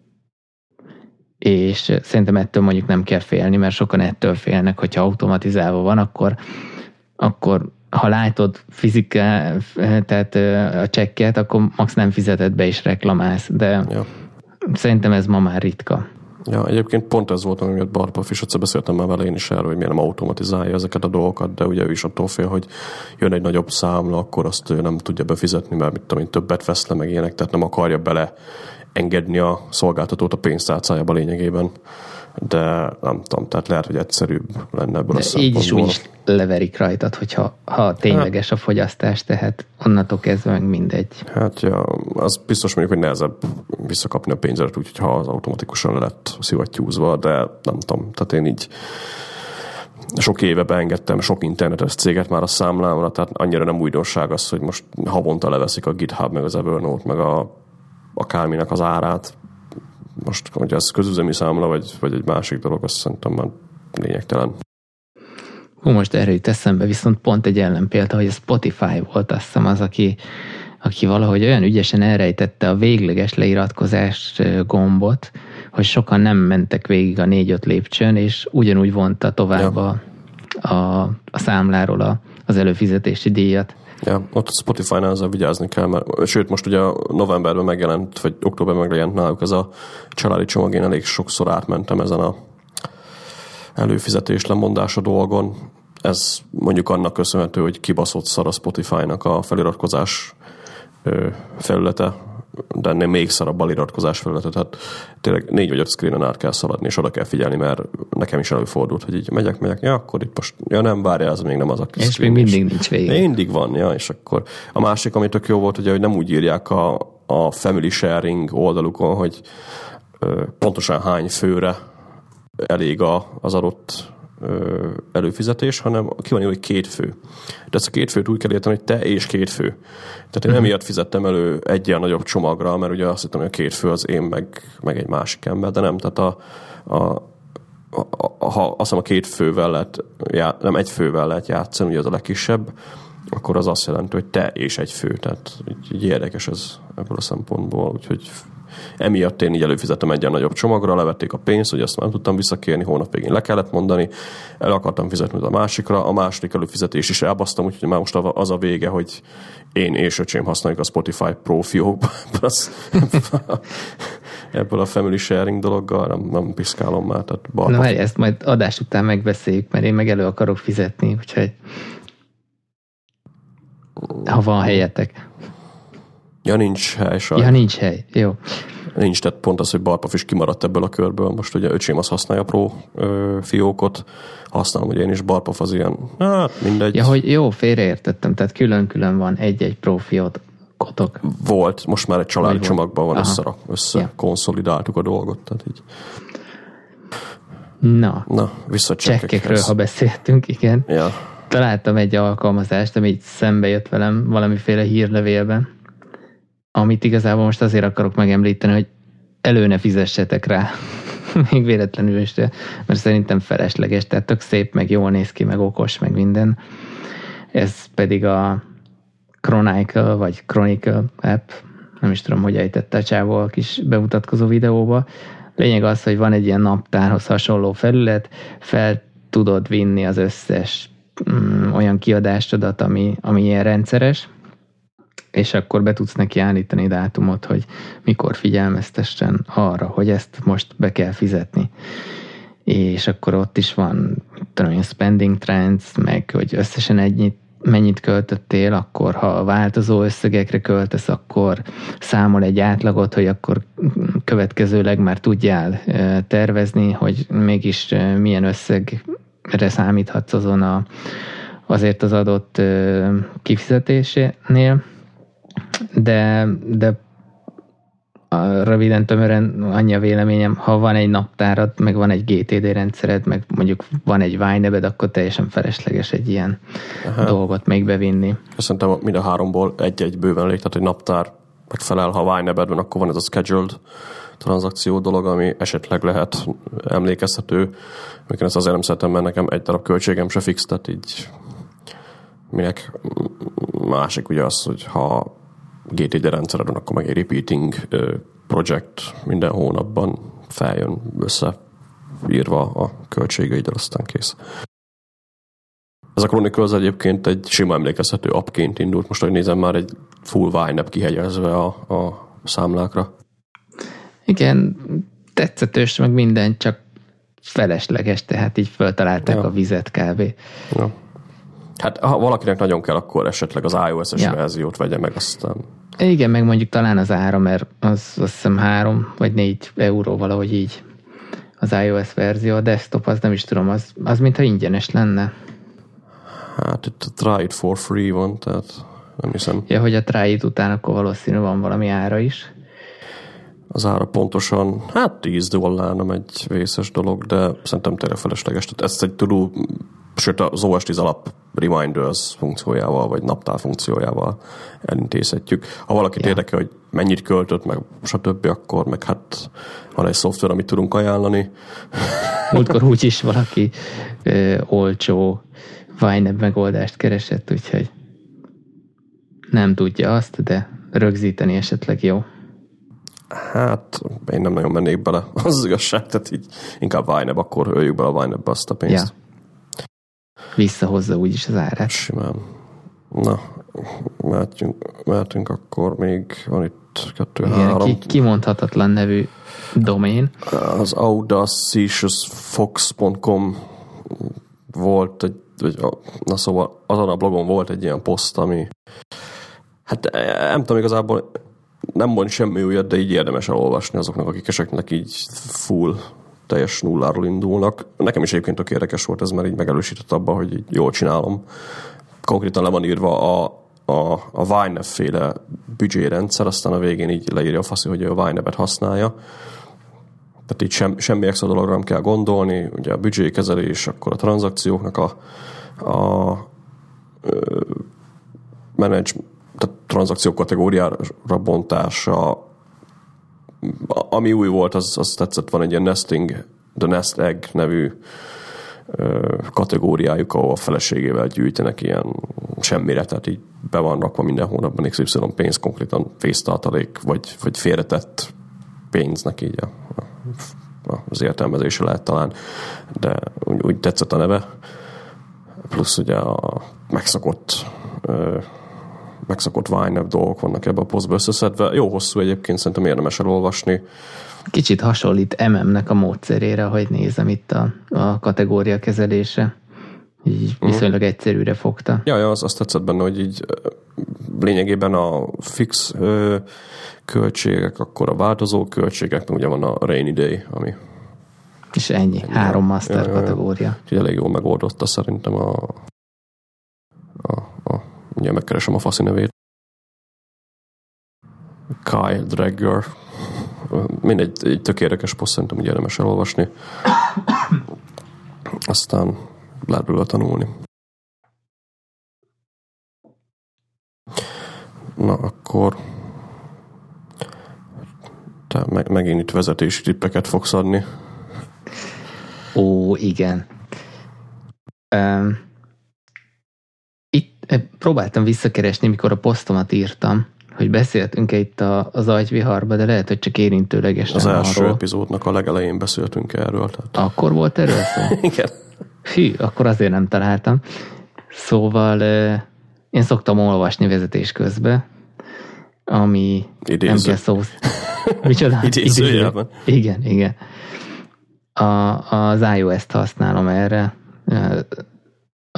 és szerintem ettől mondjuk nem kell félni, mert sokan ettől félnek, hogyha automatizálva van, akkor, akkor ha látod fiziká, tehát a csekket, akkor max nem fizeted be és reklamálsz, de ja. Szerintem ez ma már ritka. Ja, egyébként pont ez volt, amiért Barpaf is, egyszer beszéltem már vele én is erről, hogy miért nem automatizálja ezeket a dolgokat, de ugye ő is attól fél, hogy jön egy nagyobb számla, akkor azt ő nem tudja befizetni, mert mit tudom én, többet vesz le meg ilyenek, tehát nem akarja bele engedni a szolgáltatót a pénztárcájába lényegében. De nem tudom, tehát lehet, hogy egyszerűbb lenne ebből de a szempontból. Így is úgy is leverik rajtad, hogyha ha tényleges a fogyasztás, tehát onnantól kezdve meg mindegy. Hát ja, az biztos mondjuk, hogy nehezebb visszakapni a pénzedet, úgyhogy ha az automatikusan le lett szivattyúzva, de nem tudom, tehát én így sok éve beengedtem sok internetes céget már a számlámra, tehát annyira nem újdonság az, hogy most havonta leveszik a GitHub, meg az Evernote, meg a akárminek az árát. Most, hogy ez közüzemi számla, vagy, vagy egy másik dolog, azt szerintem már lényegtelen. Hú, most erre jut eszembe, viszont pont egy ellenpélda, hogy a Spotify volt, azt hiszem az, aki, aki valahogy olyan ügyesen elrejtette a végleges leiratkozás gombot, hogy sokan nem mentek végig a négy-öt lépcsőn, és ugyanúgy vonta tovább ja. a, a, a számláról a, az előfizetési díjat. Ja, ott Spotify-nál ezzel vigyázni kell, mert sőt, most ugye novemberben megjelent, vagy októberben megjelent náluk ez a családi csomag, én elég sokszor átmentem ezen a előfizetés lemondása dolgon. Ez mondjuk annak köszönhető, hogy kibaszott szar a Spotify-nak a feliratkozás felülete, de ennél még szarabb a liratkozás felülete, tehát tényleg négy vagy öt screenen át kell szaladni, és oda kell figyelni, mert nekem is előfordult, hogy így megyek, megyek, ja, akkor itt most, ja nem, várja, ez még nem az a kis és screen. És még mindig nincs vége. Mindig van, ja, és akkor a másik, ami tök jó volt, ugye, hogy nem úgy írják a, a family sharing oldalukon, hogy ö, pontosan hány főre elég a, az adott ö, előfizetés, hanem ki van jó, hogy két fő. De ezt a két főt úgy kell érteni, hogy te és két fő. Tehát én uh-huh. emiatt fizettem elő egy ilyen nagyobb csomagra, mert ugye azt hittem, hogy a két fő az én, meg, meg egy másik ember, de nem. Tehát a, a, a, a, ha azt hiszem a két fővel lehet, já, nem egy fővel lehet játszani, ugye az a legkisebb, akkor az azt jelenti, hogy te és egy fő. Tehát így, így érdekes ez ebből a szempontból, úgyhogy emiatt én így előfizettem egy ilyen nagyobb csomagra, levették a pénzt, hogy azt már nem tudtam visszakérni, hónap végén le kellett mondani, el akartam fizetni a másikra, a második előfizetés is elbasztam, úgyhogy már most az a vége, hogy én és öcsém használjuk a Spotify Pro fiókba, ebből a family sharing dologgal nem, nem piszkálom már. Tehát na várj, ezt majd adás után megbeszéljük, mert én meg elő akarok fizetni, úgyhogy ha van helyetek. Ja, nincs hely, sajnos. Ja, nincs hely, jó. Nincs, tehát pont az, hogy Barpaf is kimaradt ebből a körből. Most ugye öcsém az használja a Pro ö, fiókot, használom, hogy én is, Barpaf az ilyen, hát mindegy. Ja, hogy jó, félreértettem, tehát külön-külön van egy-egy Pro fiókotok. Volt, most már egy családi csomagban van, össze, össze ja. konszolidáltuk a dolgot, tehát így. Na, Na vissza csekkekről, ha beszéltünk, igen. Ja. Találtam egy alkalmazást, ami így szembe jött velem valamiféle hírlevélben, amit igazából most azért akarok megemlíteni, hogy elő ne fizessetek rá, még véletlenül is, mert szerintem felesleges, tehát tök szép, meg jól néz ki, meg okos, meg minden. Ez pedig a Chronicle, vagy Chronicle app, nem is tudom, hogy ejtette a csávó a kis bemutatkozó videóba. Lényeg az, hogy van egy ilyen naptárhoz hasonló felület, fel tudod vinni az összes mm, olyan kiadásodat, ami, ami ilyen rendszeres, és akkor be tudsz neki állítani dátumot, hogy mikor figyelmeztessen arra, hogy ezt most be kell fizetni. És akkor ott is van, tudom, spending trends, meg hogy összesen ennyit, mennyit költöttél, akkor ha változó összegekre költesz, akkor számol egy átlagot, hogy akkor következőleg már tudjál tervezni, hogy mégis milyen összegre számíthatsz azon a, azért az adott kifizetésénél. De, de röviden, tömören annyi a véleményem, ha van egy naptárad, meg van egy gé té dé rendszered, meg mondjuk van egy Vine-ebed, akkor teljesen felesleges egy ilyen Aha. dolgot még bevinni. Szerintem mind a háromból egy-egy bőven elég, tehát egy naptár megfelel, ha Vine-ebed van, akkor van ez a scheduled tranzakció dolog, ami esetleg lehet emlékezhető. Még ezt azért nem szeretem, mert nekem egy darab költségem se fix, tehát így minek másik ugye az, hogy ha gé té dé rendszered van, akkor meg egy repeating project minden hónapban feljön összeírva a költségeiddel, aztán kész. Ez a Chronicles egyébként egy sima emlékezhető appként indult. Most, hogy nézem, már egy full Vine app kihegyezve a, a számlákra. Igen, tetszetős, meg minden, csak felesleges, tehát így feltalálták ja. a vizet kb. Ja. Hát ha valakinek nagyon kell, akkor esetleg az iOS-es ja. verziót vegye meg aztán. Igen, meg mondjuk talán az ára, mert az azt hiszem három vagy négy euró valahogy így az iOS verzió, a desktop az nem is tudom, az, az mintha ingyenes lenne. Hát itt a try it for free van, tehát nem hiszem. Ja, hogy a try it után akkor valószínű van valami ára is. Az ára pontosan, hát tíz dollár nem egy vészes dolog, de szerintem tényleg felesleges. Tehát ezt egy tudó, sőt az o es tíz alap reminders funkciójával, vagy naptár funkciójával elintézhetjük. Ha valakit ja. érdekel, hogy mennyit költött, meg stb., akkor meg hát van egy szoftver, amit tudunk ajánlani. múltkor úgyis valaki ö, olcsó Wine-app megoldást keresett, úgyhogy nem tudja azt, de rögzíteni esetleg jó. Hát, én nem nagyon mennék bele, az igazság, tehát így inkább Wine-app, akkor öljük bele a Wine-app-be azt a pénzt. Ja. Visszahozza úgyis az árát. Simán. Na, mehetünk, mehetünk akkor még, van itt kettő, igen, három. Ki, kimondhatatlan nevű domén. Az audaciousfox pont com volt egy, vagy, na szóval azon a blogon volt egy ilyen poszt, ami hát nem tudom igazából, nem mond semmi újat, de így érdemes elolvasni azoknak, akik esetleg így full teljes nulláról indulnak. Nekem is egyébként tök érdekes volt ez, mert így megerősített abban, hogy így jól csinálom. Konkrétan le van írva a, a, a Wine-féle büdzsérendszer, aztán a végén így leírja a faszi, hogy a Wine-et használja. Tehát így sem, semmi extra dologra nem kell gondolni, ugye a büdzsékezelés, akkor a tranzakcióknak a, a, a manage, tehát tranzakció kategóriára bontása, ami új volt, az, az tetszett, van egy ilyen nesting, the nest egg nevű ö, kategóriájuk, ahol a feleségével gyűjtenek ilyen semmire, tehát így be van rakva minden hónapban iksz ipszilon pénz, konkrétan fésztartalék, vagy, vagy félretett pénznek így a, a, az értelmezése lehet talán, de úgy, úgy tetszett a neve. Plusz ugye a megszokott ö, megszokott Wine-app dolgok vannak ebbe a posztba összeszedve. Jó hosszú egyébként, szerintem érdemes elolvasni. Kicsit hasonlít em em-nek a módszerére, hogy nézem itt a, a kategória kezelése. Így viszonylag uh-huh. egyszerűre fogta. Ja, ja, az, azt tetszett benne, hogy így lényegében a fix ö, költségek, akkor a változó költségek, meg ugye van a rainy day, ami... És ennyi, ennyi három a, master ja, kategória. Úgyhogy elég jól megoldotta szerintem a... a, a ugye megkeresem a faszi nevét. Kyle Dragger. Mindegy, egy tök érdekes poszt, szerintem úgy érdemes elolvasni. Aztán lehet belőle tanulni. Na, akkor te meg, megint itt vezetési tippeket fogsz adni. Ó, igen. Um, itt próbáltam visszakeresni, mikor a posztomat írtam, hogy beszéltünk-e itt a, az agyviharba, de lehet, hogy csak érintőlegesen az első arról. epizódnak a legelején beszéltünk erről. Tehát... Akkor volt erről szó? Igen. Hű, akkor azért nem találtam. Szóval én szoktam olvasni vezetés közben, ami Idéző. nem kell szó. Micsoda? Idézőjelben. Igen, igen. A, az iOS-t használom erre, a,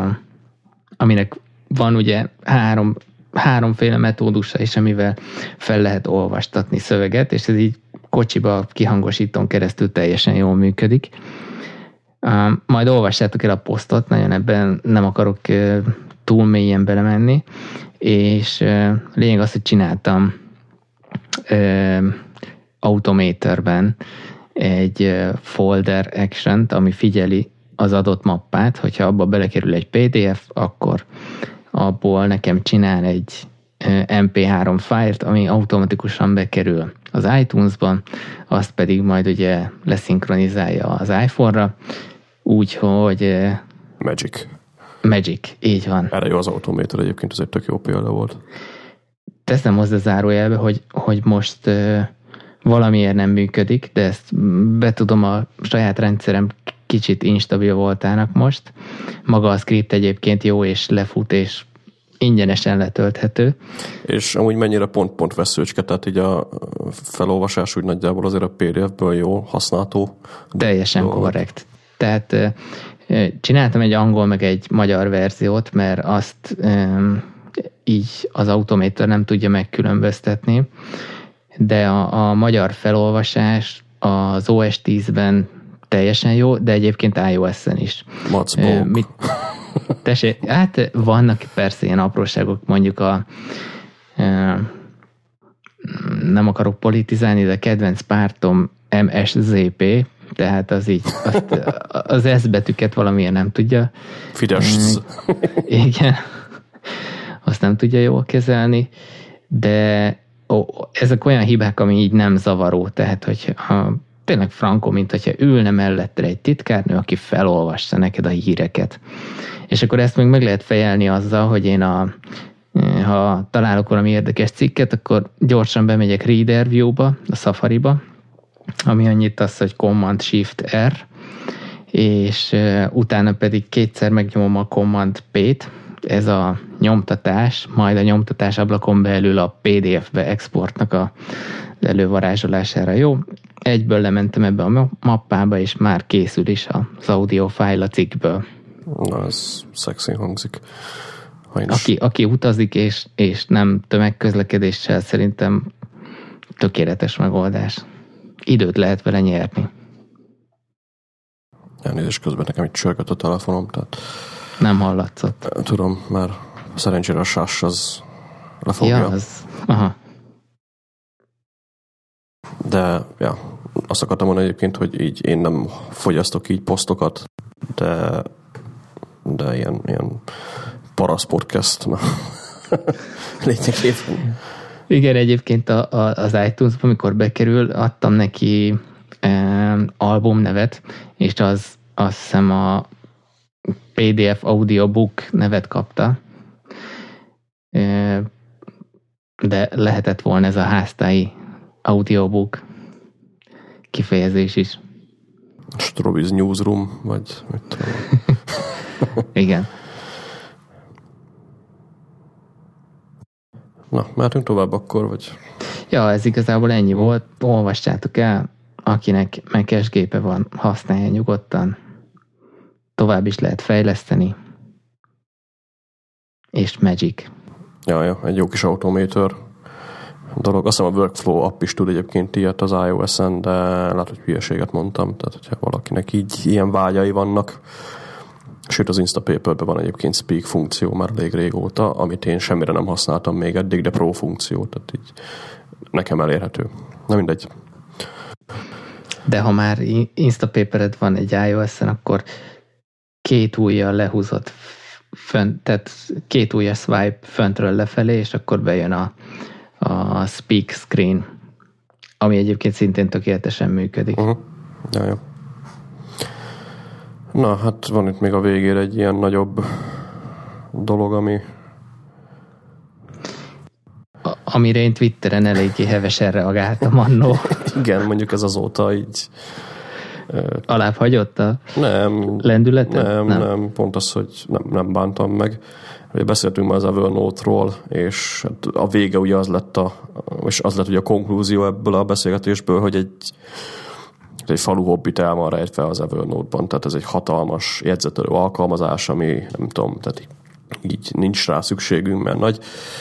aminek van ugye három, háromféle metódusa is, amivel fel lehet olvastatni szöveget, és ez így kocsiba kihangosítón keresztül teljesen jól működik. Uh, majd olvassátok el a posztot, nagyon ebben nem akarok uh, túl mélyen belemenni, és uh, lényeg az, hogy csináltam uh, Automatorben egy uh, folder action-t, ami figyeli az adott mappát, hogyha abba belekerül egy pé dé ef, akkor abból nekem csinál egy uh, em pé három fájlt, ami automatikusan bekerül az iTunes-ban, azt pedig majd ugye leszinkronizálja az iPhone-ra, úgyhogy... Magic. Magic, így van. Erre jó az Automator egyébként, ez egy tök jó példa volt. Teszem hozzá zárójelbe, hogy, hogy most uh, valamiért nem működik, de ezt betudom, a saját rendszerem kicsit instabil voltának most. Maga a script egyébként jó, és lefut, és ingyenesen letölthető. És amúgy mennyire pont-pont veszőcske, tehát így a felolvasás úgy nagyjából azért a pé dé ef-ből jó, használható. Teljesen dolgot. Korrekt. Tehát csináltam egy angol meg egy magyar verziót, mert azt így az Automator nem tudja megkülönböztetni, de a, a magyar felolvasás az o es tízben teljesen jó, de egyébként iOS-en is. Macbók. Tessék, hát vannak persze ilyen apróságok, mondjuk a nem akarok politizálni, de kedvenc pártom em es zé pé, tehát az így, azt, az S betűket valamilyen nem tudja. Fidesz. Igen. Azt nem tudja jól kezelni, de ó, ezek olyan hibák, ami így nem zavaró, tehát hogy ha tényleg frankó, mint hogyha ülne mellette egy titkárnő, aki felolvassa neked a híreket. És akkor ezt még meg lehet fejelni azzal, hogy én a, ha találok valami érdekes cikket, akkor gyorsan bemegyek Reader View-ba, a Safari-ba, ami annyit az, hogy Command-Shift-R, és utána pedig kétszer megnyomom a Command-P-t, ez a nyomtatás, majd a nyomtatás ablakon belül a pé dé ef-be exportnak a elővarázsolására jó. Egyből lementem ebbe a mappába, és már készül is az audio file a cikkből. Na, ez szexi hangzik. Aki, aki utazik, és, és nem tömegközlekedéssel, szerintem tökéletes megoldás. Időt lehet vele nyerni. Elnézést, közben nekem itt csörgött a telefonom, tehát nem hallatszott. Tudom, mert szerencsére a sás az lefogja. Ja, az... Aha. De, ja, azt akartam mondani egyébként, hogy így én nem fogyasztok így posztokat, de, de ilyen, ilyen paraszpodcast, na, lényegében. Igen, egyébként a, a, az iTunes-ban, amikor bekerül, adtam neki e, albumnevet, és az azt hiszem a pé dé ef Audiobook nevet kapta, e, de lehetett volna ez a háztáji audiobook kifejezés is. Strobiz Newsroom, vagy mit tudom. Igen. Na, mehetünk tovább akkor, vagy? Ja, ez igazából ennyi volt. Olvassátok el, akinek Mac-es gépe van, használja nyugodtan. Tovább is lehet fejleszteni. És Magic. Ja, ja, egy jó kis automator dolog. Azt hiszem a Workflow app is tud egyébként ilyet az iOS-en, de lehet, hogy hülyeséget mondtam. Tehát, hogyha valakinek így ilyen vágyai vannak, sőt az Instapaper-ben van egyébként speak funkció már elég régóta, amit én semmire nem használtam még eddig, de pro funkció, tehát így nekem elérhető. Na mindegy. De ha már Instapapered van egy iOS-en, akkor két ujjal lehúzott fönt, tehát két ujjal swipe föntről lefelé, és akkor bejön a, a speak screen, ami egyébként szintén tökéletesen működik. Uh-huh. Ja, jó. Na, hát van itt még a végére egy ilyen nagyobb dolog, ami... A, amire én Twitteren eléggé hevesen reagáltam annó. Igen, mondjuk ez azóta így... Alább hagyott a nem, lendületet? Nem, nem, nem, pont az, hogy nem, nem bántam meg. Ugye beszéltünk már az Evernote-ról, és a vége ugye az lett a, és az lett ugye a konklúzió ebből a beszélgetésből, hogy egy egy falu hobbit el van rejtve az Evernote-ban, tehát ez egy hatalmas jegyzetelő alkalmazás, ami nem tudom, tehát így nincs rá szükségünk, mert nagy.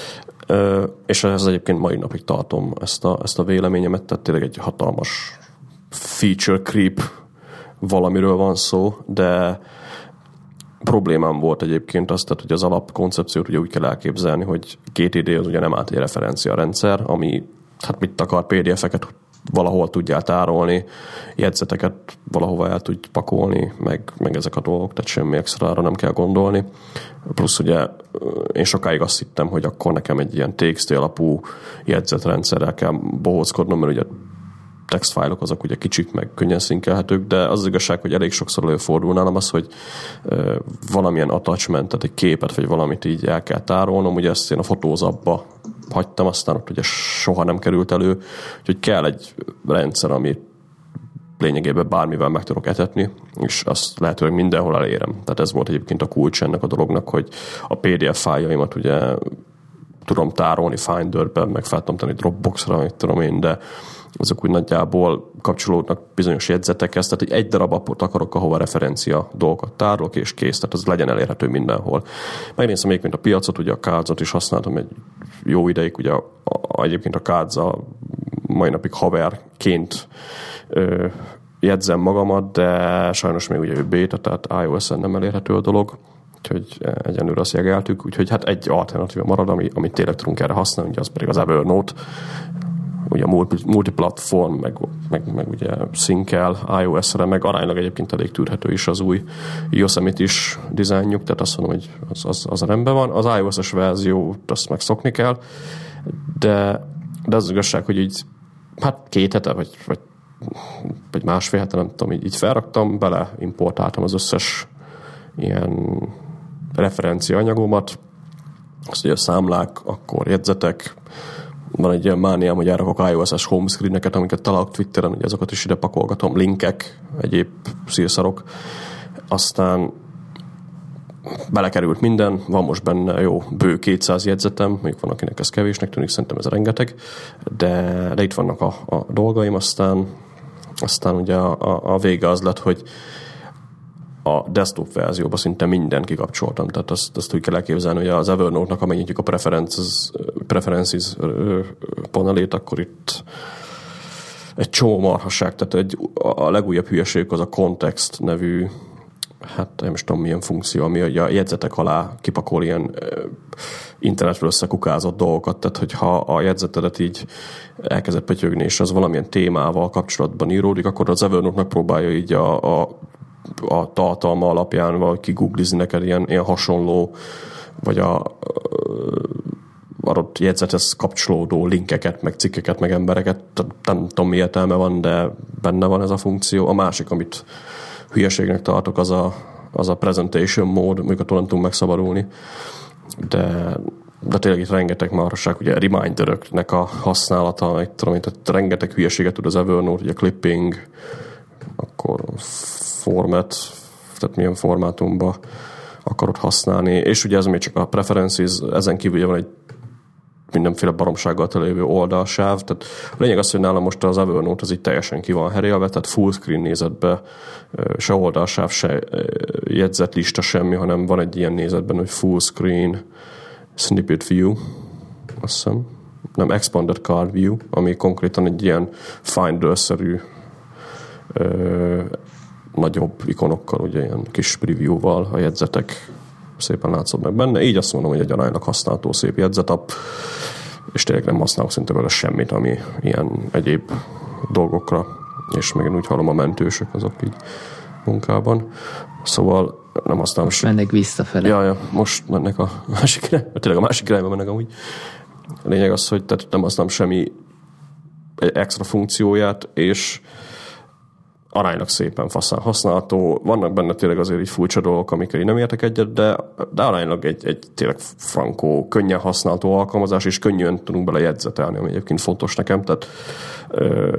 És ez egyébként mai napig tartom ezt a, ezt a véleményemet, tehát tényleg egy hatalmas feature creep valamiről van szó, de problémám volt egyébként az, tehát, hogy az alapkoncepciót ugye úgy kell elképzelni, hogy gé té dé az ugye nem á té referencia rendszer, ami hát mit akar, pé dé ef-eket valahol tudjál tárolni, jegyzeteket valahova el tudj pakolni, meg, meg ezek a dolgok, tehát semmi extrára nem kell gondolni. Plusz ugye én sokáig azt hittem, hogy akkor nekem egy ilyen té iksz té alapú jegyzetrendszerrel kell bohóckodnom, mert ugye textfájlok azok ugye kicsik, meg könnyen szinkelhetők, de az, az igazság, hogy elég sokszor előfordul nálam az, hogy e, valamilyen attachment, tehát egy képet, vagy valamit így el kell tárolnom, ugye ezt én a fotózapba hagytam, aztán ott ugye soha nem került elő, úgyhogy kell egy rendszer, ami lényegében bármivel meg tudok etetni, és azt lehetőleg mindenhol elérem. Tehát ez volt egyébként a kulcs ennek a dolognak, hogy a pé dé ef fájljaimat ugye tudom tárolni Finderben, meg fel tudom tenni Dropboxra, mit tudom én, de azok úgy nagyjából kapcsolódnak bizonyos jegyzetekhez, tehát egy darab appot akarok, ahova referencia dolgokat tárolok, és kész, tehát az legyen elérhető mindenhol. Megnéztem egyébként a piacot, ugye a Cards-ot is használtam egy jó ideig, ugye a, a, egyébként a Cards a mai napig haverként ö, jegyzem magamat, de sajnos még ugye ő beta, tehát iOS-en nem elérhető a dolog, úgyhogy egyenlőre azt jegeltük, úgyhogy hát egy alternatíva marad, ami, amit tényleg tudunk erre használni, ugye az pedig az Evernote, ugye multiplatform, meg, meg, meg ugye szinkel iOS-re, meg aránylag egyébként elég tűrhető is az új Yosemite-is dizájnjuk, tehát azt mondom, hogy az, az, az a rendben van. Az iOS-es verziót azt meg szokni kell, de, de az igazság, hogy így hát két hete, vagy, vagy vagy másfél hete, nem tudom, így, így felraktam, bele importáltam az összes ilyen referencia anyagomat, azt ugye a számlák, akkor jegyzetek, van egy ilyen mániám, hogy elrakok iOS-es homescreen-eket, amiket találok Twitteren, ugye azokat is ide pakolgatom, linkek, egyéb szírszarok. Aztán belekerült minden, van most benne jó bő kétszáz jegyzetem, mondjuk van, akinek ez kevésnek tűnik, szerintem ez rengeteg, de, de itt vannak a, a dolgaim, aztán, aztán ugye a, a, a vége az lett, hogy a desktop verzióban szinte mindent kikapcsoltam, tehát azt, azt úgy kell elképzelni, hogy az Evernote-nak, ha megnyitjuk a preferences, preferences panelét, akkor itt egy csomó marhasság, tehát egy, a legújabb hülyeség az a Context nevű, hát nem is tudom milyen funkció, ami a jegyzetek alá kipakol ilyen internetről összekukázott dolgokat, tehát hogyha a jegyzetedet így elkezdett pötyögni, és az valamilyen témával kapcsolatban íródik, akkor az Evernote-nak próbálja így a, a a tartalma alapján vagy kiguglizni neked ilyen, ilyen hasonló, vagy a adott jegyzethez kapcsolódó linkeket, meg cikkeket, meg embereket. Nem tudom, mi értelme van, de benne van ez a funkció. A másik, amit hülyeségnek tartok, az a, az a presentation mód, amikor tudunk megszabadulni. De, de tényleg itt rengeteg marhaság, ugye reminderöknek a használata, meg tudom, tehát rengeteg hülyeséget tud az Evernote, ugye clipping, akkor format, tehát milyen formátumban akarod használni, és ugye ez még csak a preferences, ezen kívül ugye van egy mindenféle baromsággal telévő oldalsáv, tehát a lényeg az, hogy nálam most az Evernote az így teljesen ki van herélve, tehát full screen nézetbe se oldalsáv, se jegyzetlista, semmi, hanem van egy ilyen nézetben, hogy full screen snippet view, azt hiszem, nem expanded card view, ami konkrétan egy ilyen Finder-szerű ö, nagyobb ikonokkal, ugye ilyen kis preview-val a jegyzetek szépen látszod meg benne. Így azt mondom, hogy egy aránylag használható szép jegyzetapp, és tényleg nem használok szinte vele semmit, ami ilyen egyéb dolgokra, és még én úgy hallom, a mentősök azok így munkában. Szóval nem használom semmit. Mennek visszafele. Ja, ja, most mennek a másik irányba, tényleg a másik irányba mennek amúgy. A lényeg az, hogy tehát nem használom semmi extra funkcióját, és aránylag szépen faszán használható. Vannak benne tényleg azért így furcsa dolgok, amikkel én nem értek egyet, de, de aránylag egy, egy tényleg frankó, könnyen használható alkalmazás, és könnyűen tudunk bele jegyzetelni, ami egyébként fontos nekem. Tehát ö,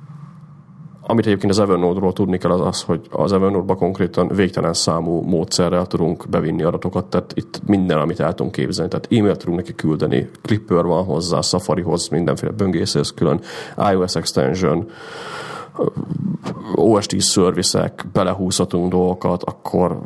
amit egyébként az Evernote-ról tudni kell, az az, hogy az Evernote-ba konkrétan végtelen számú módszerrel tudunk bevinni adatokat, tehát itt minden, amit el tudunk képzelni. Tehát e-mailt tudunk neki küldeni, Clipper van hozzá, Safarihoz, mindenféle böngészőhöz külön, iOS extension, o es té servicek, belehúzhatunk dolgokat, akkor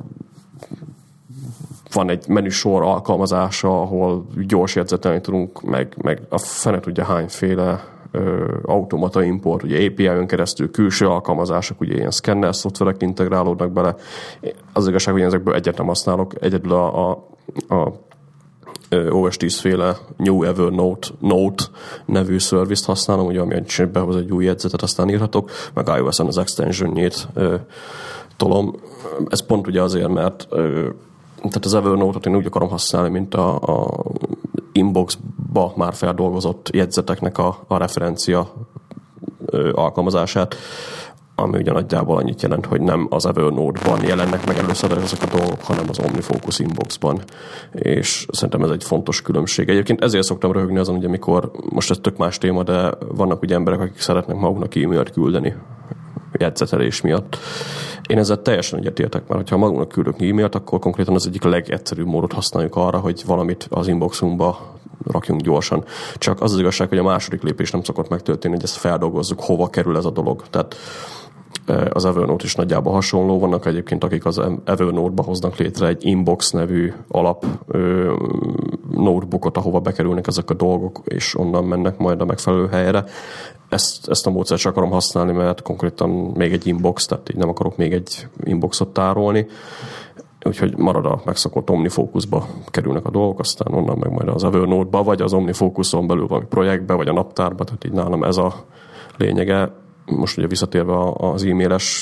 van egy menüsor alkalmazása, ahol gyors jegyzetelni tudunk, meg, meg a fene tudja hányféle ö, automata import, ugye á pé í-on keresztül külső alkalmazások, ugye ilyen szkenner szoftverek integrálódnak bele. Az igazság, hogy ezekből egyet nem használok, egyedül a, a, a o es té-féle New Evernote Note nevű szervizt használom, ugye, ami egy behoz egy új jegyzetet, aztán írhatok, meg iOS-en az extensionjét ö, tolom. Ez pont ugye azért, mert ö, tehát az Evernote-ot én úgy akarom használni, mint a, a inboxba már feldolgozott jegyzeteknek a, a referencia ö, alkalmazását, ami ugyan nagyjából annyit jelent, hogy nem az Evernote-ban jelennek meg először ezek a dolgok, hanem az OmniFocus inboxban. És szerintem ez egy fontos különbség. Egyébként ezért szoktam röhögni azon, hogy amikor, most ez tök más téma, de vannak ugye emberek, akik szeretnek maguknak e-mailt küldeni jegyzetelés miatt. Én ezzel teljesen egyetértek, mert ha magunknak küldök e-mailt, akkor konkrétan az egyik legegyszerűbb módot használjuk arra, hogy valamit az inboxunkba rakjunk gyorsan. Csak az az igazság, hogy a második lépés nem szokott megtörténni, hogy ezt feldolgozzuk, hova kerül ez a dolog. Tehát az Evernote is nagyjából hasonló. Vannak egyébként, akik az Evernote-ba hoznak létre egy Inbox nevű alap ö, notebookot, ahova bekerülnek ezek a dolgok, és onnan mennek majd a megfelelő helyre. Ezt, ezt a módszert csak akarom használni, mert konkrétan még egy inbox, tehát így nem akarok még egy inboxot tárolni. Úgyhogy marad a megszokott OmniFocusba kerülnek a dolgok, aztán onnan meg majd az Evernote-ba, vagy az OmniFocuson belül valami projektbe, vagy a naptárba, tehát így nálam ez a lényege. Most ugye visszatérve az e-mailes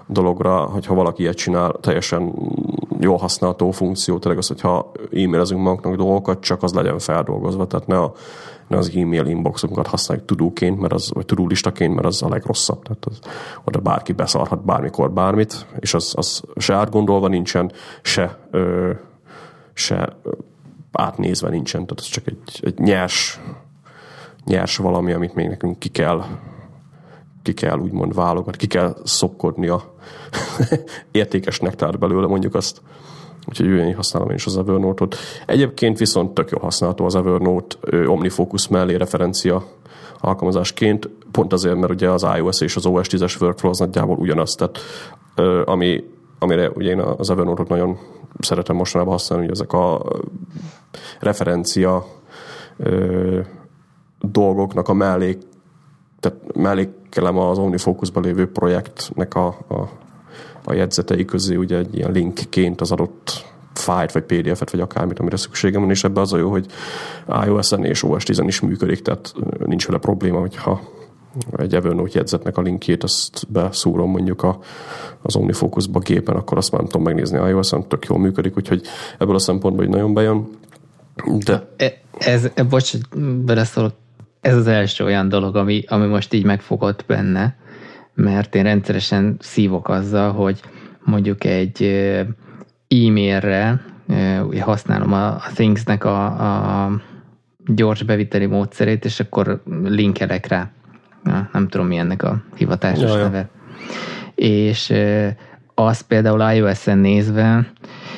dologra, hogyha valaki ilyet csinál, teljesen jól használható funkció, tényleg az, hogyha e-mailezünk magunknak dolgokat, csak az legyen feldolgozva, tehát ne, a, ne az e-mail inboxunkat használjuk tudóként, mert az, vagy tudólistaként, mert az a legrosszabb. Tehát az, oda bárki beszarhat bármikor bármit, és az, az se átgondolva nincsen, se, ö, se átnézve nincsen, tehát ez csak egy, egy nyers, nyers valami, amit még nekünk ki kell ki kell úgymond válogatni, ki kell szopkodni a értékes nektárt belőle, mondjuk azt. Úgyhogy én használom én is az Evernote-ot. Egyébként viszont tök jól használható az Evernote OmniFocus mellé referencia alkalmazásként, pont azért, mert ugye az iOS és az o es tízes workflow az nagyjából ugyanaz, tehát ami, amire ugye én az Evernote-ot nagyon szeretem mostanában használni, hogy ezek a referencia ö, dolgoknak a mellék, tehát mellékelem az OmniFocusban lévő projektnek a, a, a jegyzetei közé ugye egy ilyen linkként az adott fájlt, vagy pé dé ef-et, vagy akármit, amire szükségem van, és ebben az a jó, hogy iOS-en és o es tízen is működik, tehát nincs vele probléma, hogyha egy Evernote jegyzetnek a linkjét azt beszúrom mondjuk a, az OmniFocusba gépen, akkor azt már nem tudom megnézni iOS-en, tök jól működik, úgyhogy ebből a szempontból hogy nagyon bejön. De... Ez, bocs, beleszólok, ez az első olyan dolog, ami, ami most így megfogott benne, mert én rendszeresen szívok azzal, hogy mondjuk egy e-mailre használom a, a Things-nek a, a gyors beviteli módszerét, és akkor linkelek rá. Na, nem tudom, mi ennek a hivatásos Jaj. neve. És az például iOS-en nézve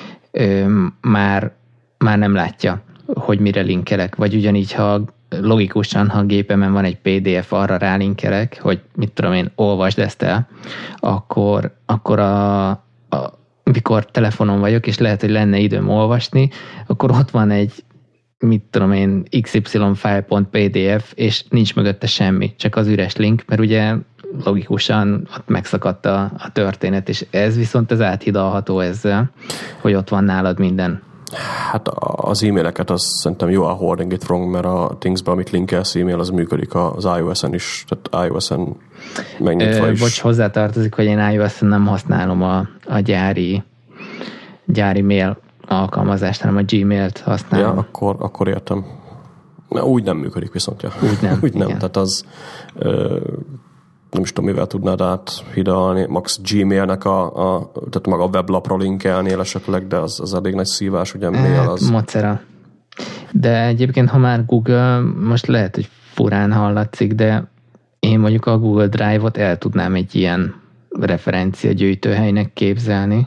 már, már nem látja, hogy mire linkelek. Vagy ugyanígy, ha logikusan, ha a gépemen van egy pé dé ef, arra rálinkelek, hogy mit tudom én, olvasd ezt el, akkor, akkor a, a, mikor telefonon vagyok, és lehet, hogy lenne időm olvasni, akkor ott van egy, mit tudom én, iksz ipszilon file.pdf, és nincs mögötte semmi, csak az üres link, mert ugye logikusan ott megszakadt a, a történet, és ez viszont az áthidalható ezzel, hogy ott van nálad minden. Hát az e-maileket az szerintem jó a hoarding it wrong, mert a Thingsben, amit linkelsz e-mail, az működik az iOS-en is, tehát iOS-en megnyitva Ö, is. Bocs, hozzátartozik, hogy én iOS-en nem használom a, a gyári, gyári mail alkalmazást, hanem a Gmailt használom. Ja, akkor, akkor értem. Na, úgy nem működik viszont, ja. Úgy nem. úgy nem, tehát az ö, nem is tudom, mivel tudnád áthidalni, max Gmailnek a, a tehát maga a weblapra linkelnél esetleg, de az, az elég nagy szívás, ugye mail az. Mocera. De egyébként, ha már Google, most lehet, hogy furán hallatszik, de én mondjuk a Google Drive-ot el tudnám egy ilyen referencia gyűjtőhelynek képzelni.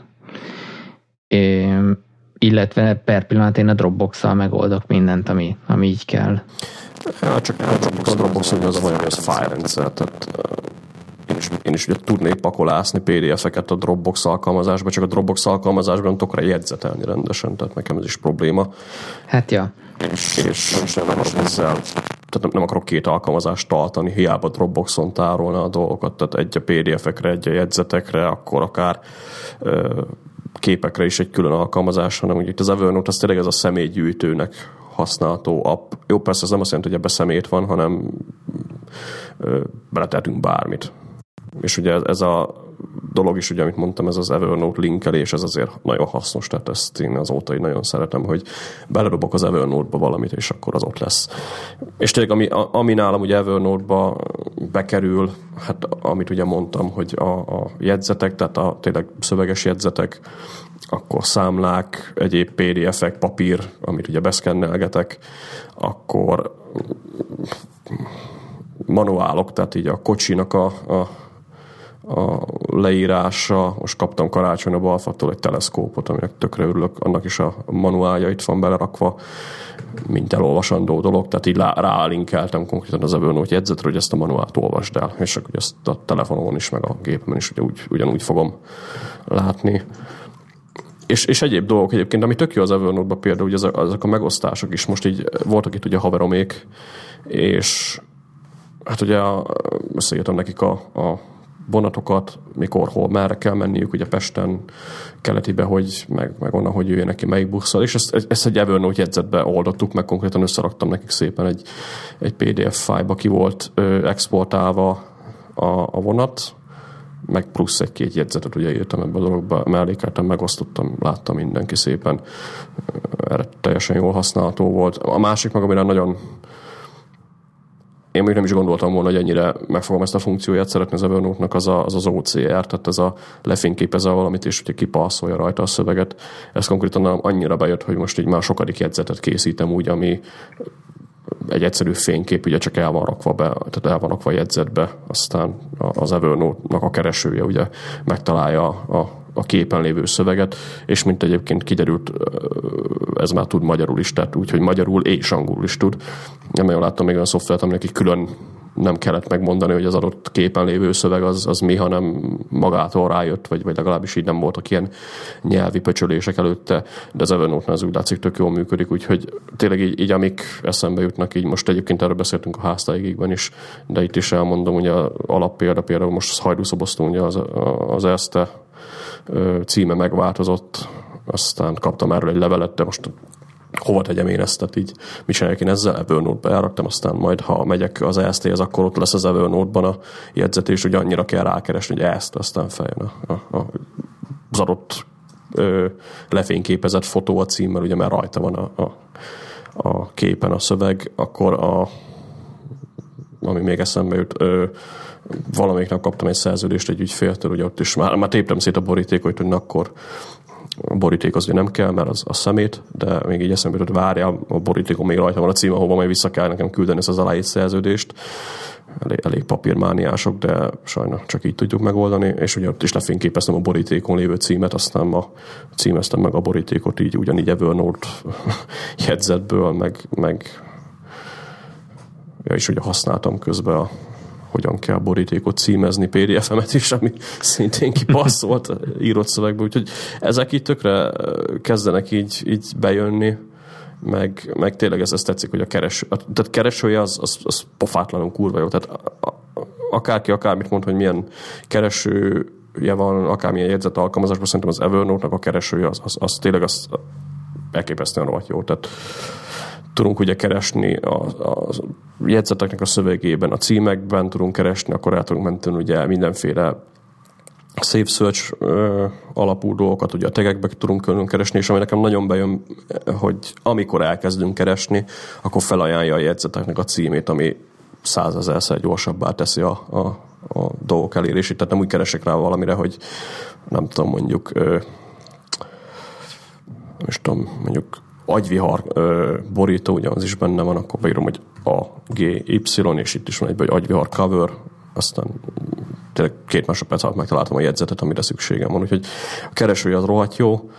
É, illetve per pillanat én a Dropbox-szal megoldok mindent, ami, ami így kell. Ja, csak a Dropbox, a Dropbox az a olyan, hogy az file rendszer, tehát én is, én is ugye tudnék pakolászni pé dé ef-eket a Dropbox alkalmazásba, csak a Dropbox alkalmazásban tudok rá jegyzetelni rendesen, tehát nekem ez is probléma. Hát ja. És, és, és nem akarok ezzel, tehát nem, nem akarok két alkalmazást tartani, hiába Dropboxon tárolna a dolgokat, tehát egy a pé dé ef-ekre, egy a jegyzetekre, akkor akár ö, képekre is egy külön alkalmazás, hanem ugye itt az Evernote, az tényleg ez a személygyűjtőnek használható app. Jó, persze ez nem azt jelenti, hogy ebbe szemét van, hanem ö, beletehetünk bármit. És ugye ez, ez a dolog is, ugye, amit mondtam, ez az Evernote linkelés, ez azért nagyon hasznos, tehát ezt én azóta így nagyon szeretem, hogy beledobok az Evernote-ba valamit, és akkor az ott lesz. És tényleg, ami, ami nálam ugye Evernote-ba bekerül, hát amit ugye mondtam, hogy a, a jegyzetek, tehát a tényleg szöveges jegyzetek, akkor számlák, egyéb pé dé ef-ek, papír, amit ugye beszkennelgetek, akkor manuálok, tehát így a kocsinak a, a a leírása, most kaptam karácsonyra Balfattól egy teleszkópot, aminek tökre örülök, annak is a manuálja itt van belerakva, mint elolvasandó dolog, tehát így rálinkeltem konkrétan az Evernote jegyzetre, hogy ezt a manuált olvasd el, és akkor ezt a telefonomon is, meg a gépemen is ugye úgy, ugyanúgy fogom látni. És, és egyéb dolgok egyébként, ami tök jó az Evernote-ban például, ugye ezek, ezek a megosztások is, most így voltak itt ugye haveromék, és hát ugye összeírtam nekik a, a vonatokat, mikor, hol, merre kell menniük, ugye Pesten, keletibe, hogy meg, meg onnan, hogy jöjjenek ki melyik busszal, és ezt, ezt egy Evernote jegyzetbe oldottuk, meg konkrétan összeraktam nekik szépen egy, egy pé dé ef fájlba, ki volt ö, exportálva a, a vonat, meg plusz egy-két jegyzetet ugye írtam ebbe a dologba, mellékeltem, megosztottam, láttam mindenki szépen, erre teljesen jól használható volt. A másik meg, amire nagyon én még nem is gondoltam volna, hogy ennyire megfogom ezt a funkcióját szeretni az Evernote-nak, az, a, az az o cé er, tehát ez a lefényképezel valamit, és ugye kipasszolja rajta a szöveget. Ez konkrétan annyira bejött, hogy most így már sokadik jegyzetet készítem úgy, ami egy egyszerű fénykép, ugye csak el van rakva be, tehát el van rakva a jegyzetbe, aztán az Evernote-nak a keresője ugye megtalálja a, a képen lévő szöveget, és mint egyébként kiderült, ez már tud magyarul is, tehát úgy, hogy magyarul és angolul is tud. Nem nagyon láttam még olyan szoftvert, aminek külön nem kellett megmondani, hogy az adott képen lévő szöveg az, az mi, hanem magától rájött, vagy, vagy legalábbis így nem voltak ilyen nyelvi pöcsölések előtte, de az Evernote-nál az úgy látszik tök jól működik, úgyhogy tényleg így, így amik eszembe jutnak, így most egyébként erről beszéltünk a háztáigékben is, de itt is elmondom, ugye alappélda például most Hajdúszobasztón ugye az, az Erste címe megváltozott, aztán kaptam erről egy levelet, de most hova tegyem én ezt, tehát így mit csinálják én ezzel, Evernote-ba elraktam, aztán majd ha megyek az E S T-hez, akkor ott lesz az Evernote-ban a jegyzetés, ugye annyira kell rákeresni, hogy ezt, aztán feljön a, a, a, az adott ö, lefényképezett fotó a címmel, ugye már rajta van a, a, a képen a szöveg, akkor a ami még eszembe jut, ö, valamelyik nap kaptam egy szerződést egy ügyféltől, ugye ott is már, már téptem szét a borítékot, hogy na akkor a boríték az ugye nem kell, mert az a szemét, de még így eszembe jutott, várjál, a borítékon még rajta van a cím, ahova majd vissza kell nekem küldeni ezt az aláírt szerződést. Elég, elég papírmániások, de sajnos csak így tudjuk megoldani, és ugye ott is lefényképeztem a borítékon lévő címet, aztán ma címeztem meg a borítékot így ugyanígy Evernote jegyzetből, meg, meg ja, és ugye használtam közben a hogyan kell borítékot címezni, pé dé ef-emet is, ami szintén kipasszolt írott szövegbe, úgyhogy ezek így tökre kezdenek így, így bejönni, meg, meg tényleg ez, ez tetszik, hogy a kereső, a, tehát keresője az, az, az pofátlanul kurva jó, tehát a, a, akárki akármit mond, hogy milyen keresője van, akármilyen jegyzet alkalmazásban, szerintem az Evernote-nak a keresője az, az, az tényleg az elképesztően rohadt jó, tehát tudunk ugye keresni a, a jegyzeteknek a szövegében, a címekben tudunk keresni, akkor el tudunk menteni ugye mindenféle safe search ö, alapú dolgokat, ugye a tagekbe tudunk külön keresni, és ami nekem nagyon bejön, hogy amikor elkezdünk keresni, akkor felajánlja a jegyzeteknek a címét, ami százezerszer gyorsabbá teszi a, a, a dolgok elérését. Tehát nem úgy keresek rá valamire, hogy nem tudom, mondjuk ö, most tudom, mondjuk agyvihar ö, borító, ugye az is benne van, akkor beírom, hogy A G Y, és itt is van egy, hogy agyvihar cover, aztán tényleg két másodperc alatt megtaláltam a jegyzetet, amire szükségem van. Úgyhogy a keresője az rohadt jó.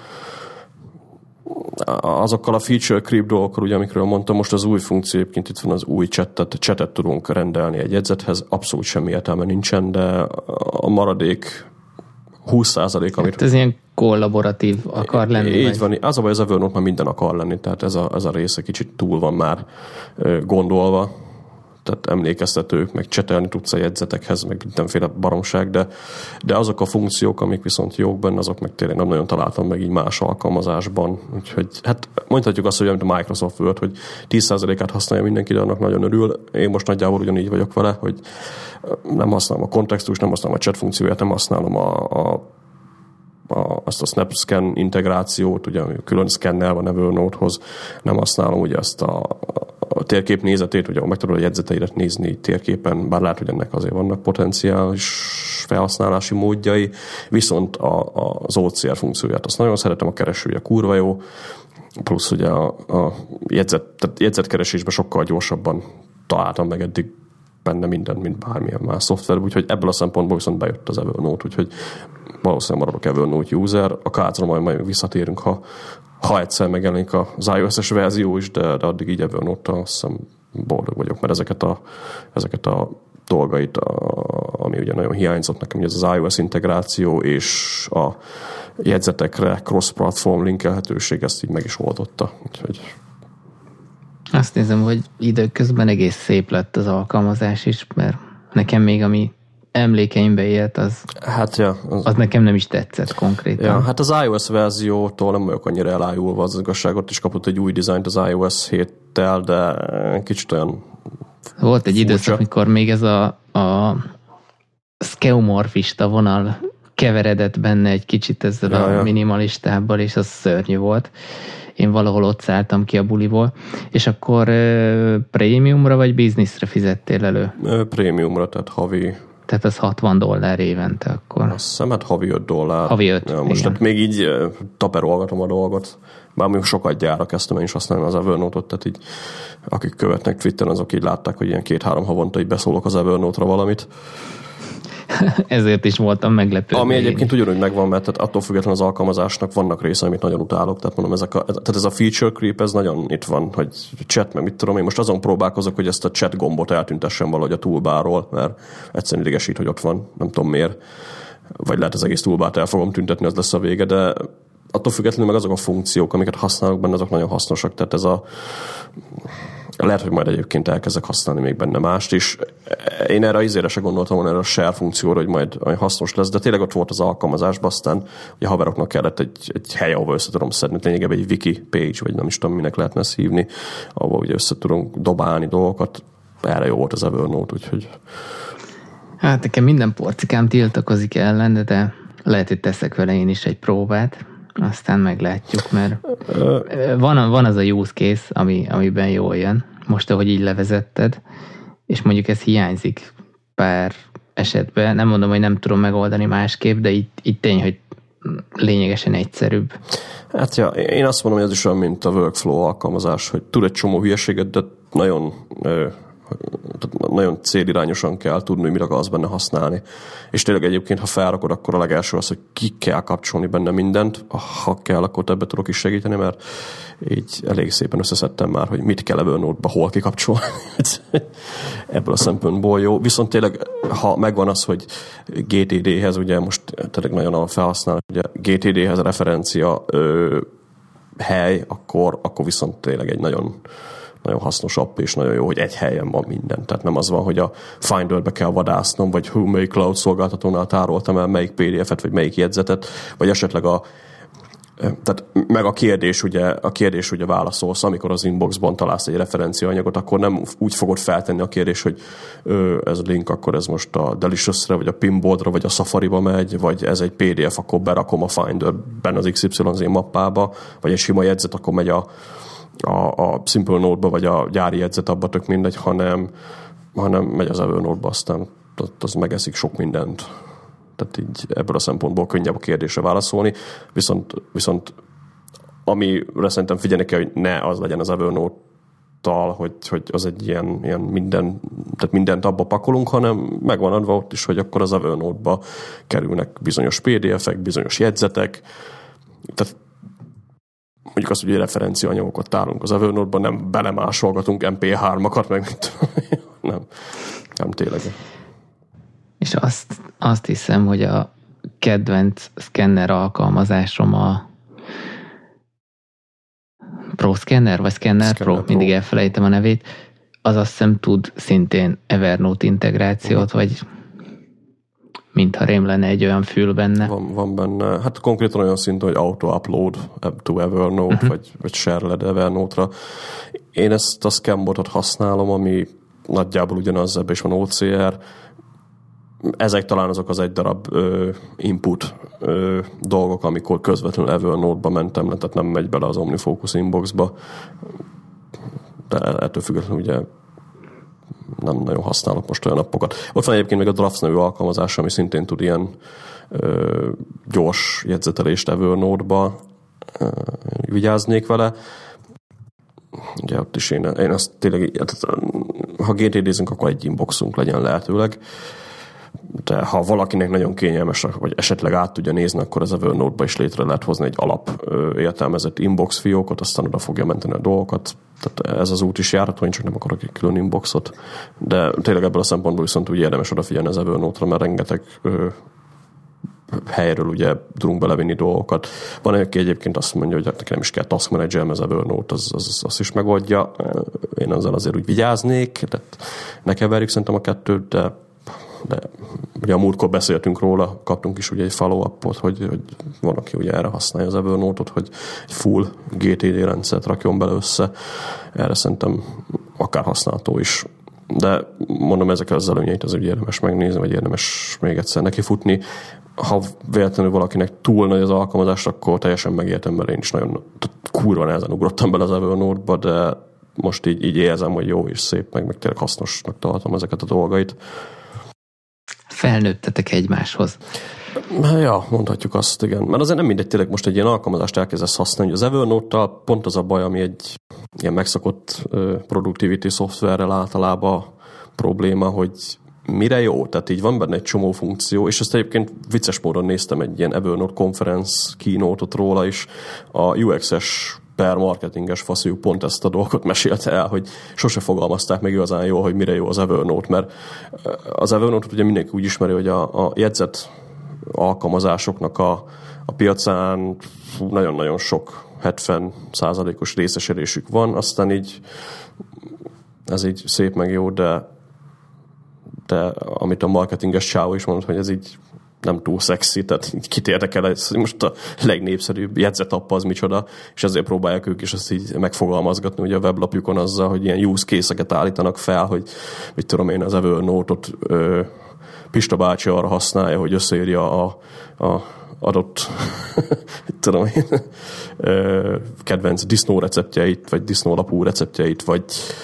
Azokkal a feature creep dolgokkal, ugye, amikről mondtam, most az új funkció, egyébként itt van az új chatet, chatet tudunk rendelni egy jegyzethez, abszolút semmi értelme nincsen, de a maradék húsz százalék, amit... Hát ez ilyen kollaboratív akar lenni? Így vagy? van. Az a baj, az Evernote már minden akar lenni, tehát ez a, ez a része kicsit túl van már gondolva, tehát emlékeztetők, meg csetelni tudsz a jegyzetekhez, meg mindenféle baromság, de, de azok a funkciók, amik viszont jók benne, azok meg tényleg nem nagyon találtam meg így más alkalmazásban. Úgyhogy hát mondhatjuk azt, hogy a Microsoft Word, hogy tíz százalékát használja mindenki, de annak nagyon örül. Én most nagyjából ugyanígy vagyok vele, hogy nem használom a kontextust, nem használom a chat funkcióját, nem használom a, a A, azt a SnapScan integrációt, ugye külön szkennel van Evernote-hoz, nem használom ugye azt a, a térkép nézetét, ugye meg tudod a jegyzeteidet nézni térképen, bár lehet, hogy ennek azért vannak potenciális felhasználási módjai, viszont a, a, az o cé er funkcióját azt nagyon szeretem, a keresője kurva jó, plusz ugye a, a jegyzet, tehát jegyzetkeresésben sokkal gyorsabban találtam meg eddig benne minden, mint bármilyen más szoftver, úgyhogy ebből a szempontból viszont bejött az Evernote, úgyhogy valószínűleg maradok Evernote user. A kácra majd, majd visszatérünk, ha, ha egyszer megjelenik az iOS-es verzió is, de, de addig így Evernote-tal azt hiszem boldog vagyok, mert ezeket a, ezeket a dolgait, a, ami ugye nagyon hiányzott nekem, ugye ez az iOS integráció és a jegyzetekre cross-platform linkelhetőség, ezt így meg is oldotta. Úgyhogy azt nézem, hogy időközben egész szép lett az alkalmazás is, mert nekem még ami emlékeimbe élt, az, hát ja, az, az nekem nem is tetszett konkrétan. Ja, hát az iOS verziótól nem vagyok annyira elájulva az igazságot, is kapott egy új dizájnt az iOS héttel, de kicsit olyan volt egy furcsa. időszak, amikor még ez a, a skeumorfista vonal keveredett benne egy kicsit ezzel ja, a ja. minimalistábbal, és az szörnyű volt. Én valahol ott szálltam ki a buliból. És akkor uh, prémiumra vagy bizniszre fizettél elő? Prémiumra, tehát havi. Tehát az hatvan dollár évente akkor. Azt hiszem, hát havi öt dollár. Havi öt, ja, most hát még így uh, taperolgatom a dolgot. Bár még sokat gyára kezdtem én is használni az Evernote-ot, tehát így akik követnek Twitteren, azok így látták, hogy ilyen két-három havonta így beszólok az Evernote-ra valamit. Ezért is voltam meglepő. Ami egyébként ugyanúgy megvan, mert tehát attól függetlenül az alkalmazásnak vannak része, amit nagyon utálok. Tehát mondom, ezek a, tehát ez a feature creep, ez nagyon itt van, hogy chat, meg mit tudom én. Most azon próbálkozok, hogy ezt a chat gombot eltüntessen valahogy a toolbarról, mert egyszerűen idegesít, hogy ott van, nem tudom miért. Vagy lehet az egész toolbart el fogom tüntetni, az lesz a vége, de attól függetlenül meg azok a funkciók, amiket használok benne, azok nagyon hasznosak. Tehát ez a lehet, hogy majd egyébként elkezdek használni még benne mást is. Én erre izére se gondoltam volna, erre a share funkcióra, hogy majd hasznos lesz, de tényleg ott volt az alkalmazásban, aztán hogy a haveroknak kellett egy, egy hely, ahol össze tudom szedni, lényegében egy wiki page, vagy nem is tudom, minek lehetne ezt hívni, ahol ugye össze tudunk dobálni dolgokat. Erre jó volt az Evernote, úgyhogy... Hát nekem minden porcikám tiltakozik ellen, de lehet, hogy teszek vele én is egy próbát. Aztán meglátjuk, mert van, van az a use case, ami, amiben jól jön, most ahogy így levezetted, és mondjuk ez hiányzik pár esetben. Nem mondom, hogy nem tudom megoldani másképp, de így, így tény, hogy lényegesen egyszerűbb. Hát ja, én azt mondom, hogy ez is olyan, mint a workflow alkalmazás, hogy tud egy csomó hülyeséget, de nagyon... Tehát nagyon célirányosan kell tudni, hogy mit akarsz benne használni. És tényleg egyébként, ha felrakod, akkor a legelső az, hogy ki kell kapcsolni benne mindent. Ha kell, akkor ebbe tudok is segíteni, mert így elég szépen összeszedtem már, hogy mit kell Evernote-ba hol kikapcsolni. Ebből a szempontból jó. Viszont tényleg, ha megvan az, hogy gé té dé-hez, ugye most tényleg nagyon a felhasználás, ugye gé té dé-hez referencia ö, hely, akkor, akkor viszont tényleg egy nagyon nagyon hasznos app, és nagyon jó, hogy egy helyen van minden. Tehát nem az van, hogy a Finderbe kell vadásznom, vagy hú, melyik cloud szolgáltatónál tároltam el, melyik pé dé ef-et, vagy melyik jegyzetet, vagy esetleg a tehát meg a kérdés, ugye, a kérdés ugye válaszolsz, amikor az inboxban találsz egy referenciaanyagot, akkor nem úgy fogod feltenni a kérdés, hogy ö, ez a link, akkor ez most a Delicious-re, vagy a Pinboardra, vagy a Safari-ba megy, vagy ez egy pé dé ef, akkor berakom a Finderben az iksz ipszilon zé mappába, vagy egy sima jegyzet, akkor megy a A, a Simple Note-ba, vagy a gyári jegyzet, abba tök mindegy, hanem, hanem megy az Evernote-ba, aztán az megeszik sok mindent. Tehát így ebből a szempontból könnyebb a kérdésre válaszolni. Viszont, viszont amire szerintem figyelni kell, hogy ne az legyen az Evernote-tal, hogy, hogy az egy ilyen, ilyen minden, tehát mindent abba pakolunk, hanem megvan adva ott is, hogy akkor az Evernote-ba kerülnek bizonyos pé dé ef-ek, bizonyos jegyzetek. Tehát mondjuk azt, hogy referenciaanyagokat tárolunk az Evernote-ban, nem belemásolgatunk em pé hármakat, meg mit nem, nem tényleg. És azt, azt hiszem, hogy a kedvenc szkenner alkalmazásom a Pro Scanner, vagy Scanner, Scanner Pro, Pro, mindig elfelejtem a nevét, az azt hiszem tud szintén Evernote integrációt, uh-huh. vagy mintha rém lenne egy olyan fül benne. Van, van benne. Hát konkrétan olyan szinten, hogy auto-upload to Evernote, uh-huh. vagy, vagy share-led Evernote-ra. Én ezt a Scambotot használom, ami nagyjából ugyanaz, ebben is van o cé er. Ezek talán azok az egy darab ö, input ö, dolgok, amikor közvetlenül Evernote-ba mentem le, tehát nem megy bele az OmniFocus inboxba. De ettől függetlenül ugye nem nagyon használok most olyan appokat. Ott van egyébként még a Drafts nevű alkalmazás, ami szintén tud ilyen ö, gyors jegyzetelést Evernote-ba. Ö, vigyáznék vele. Ugye ott is én, én azt tényleg, tehát, ha gé té dé-zünk, akkor egy inboxunk legyen lehetőleg. De ha valakinek nagyon kényelmes, vagy esetleg át tudja nézni, akkor az Evernote-ba is létre lehet hozni egy alap ö, értelmezett inbox fiókot, aztán oda fogja menteni a dolgokat. Tehát ez az út is járható, én csak nem akarok egy külön inboxot. De tényleg ebből a szempontból viszont úgy érdemes odafigyelni az Evernote-ra, mert rengeteg ö, helyről ugye tudunk belevinni dolgokat. Van, aki egyébként azt mondja, hogy neki nem is kell task manager, az Evernote az, az, az is megoldja. Én ezzel azért úgy vigyáznék, tehát ne keverjük szerintem a kettőt, de de ugye a múltkor beszéltünk róla, kaptunk is ugye egy follow-upot, hogy, hogy van, aki ugye erre használja az Evernote-ot, hogy egy full gé té dé rendszert rakjon bele össze. Erre szerintem akár használható is. de mondom, ezek az előnyeit az érdemes megnézni, vagy érdemes még egyszer neki futni. Ha véletlenül valakinek túl nagy az alkalmazás, akkor teljesen megértem, mert én is nagyon kurva nehezen ugrottam bele az Evernote-ba, de most így, így érzem, hogy jó és szép, meg, meg tényleg hasznosnak tartom ezeket a dolgait. Felnőttetek egymáshoz. Ja, mondhatjuk azt, igen. Mert azért nem mindegy, tényleg most egy ilyen alkalmazást elkezdesz használni, hogy az Evernote-tal pont az a baj, ami egy ilyen megszokott uh, productivity szoftverrel általában probléma, hogy mire jó, tehát így van benne egy csomó funkció, és ezt egyébként vicces módon néztem egy ilyen Evernote conference keynote-ot róla is, a u exes per marketinges faszú pont ezt a dolgot mesélte el, hogy sose fogalmazták meg igazán jól, hogy mire jó az Evernote, mert az Evernote-ot ugye mindenki úgy ismeri, hogy a, a jegyzet alkalmazásoknak a, a piacán nagyon-nagyon sok hetven százalékos részesedésük van, aztán így ez így szép meg jó, de, de amit a marketinges csávó is mondott, hogy ez így nem túl szexi, tehát kit érdekel, ez most a legnépszerűbb jegyzetappa az micsoda, és ezért próbálják ők is ezt így megfogalmazgatni, ugye a weblapjukon azzal, hogy ilyen use case-eket állítanak fel, hogy mit tudom én, az Evernote-ot ö, Pista bácsi arra használja, hogy összeírja a, a adott tudom én, ö, kedvenc disznó receptjeit, vagy disznólapú receptjeit, vagy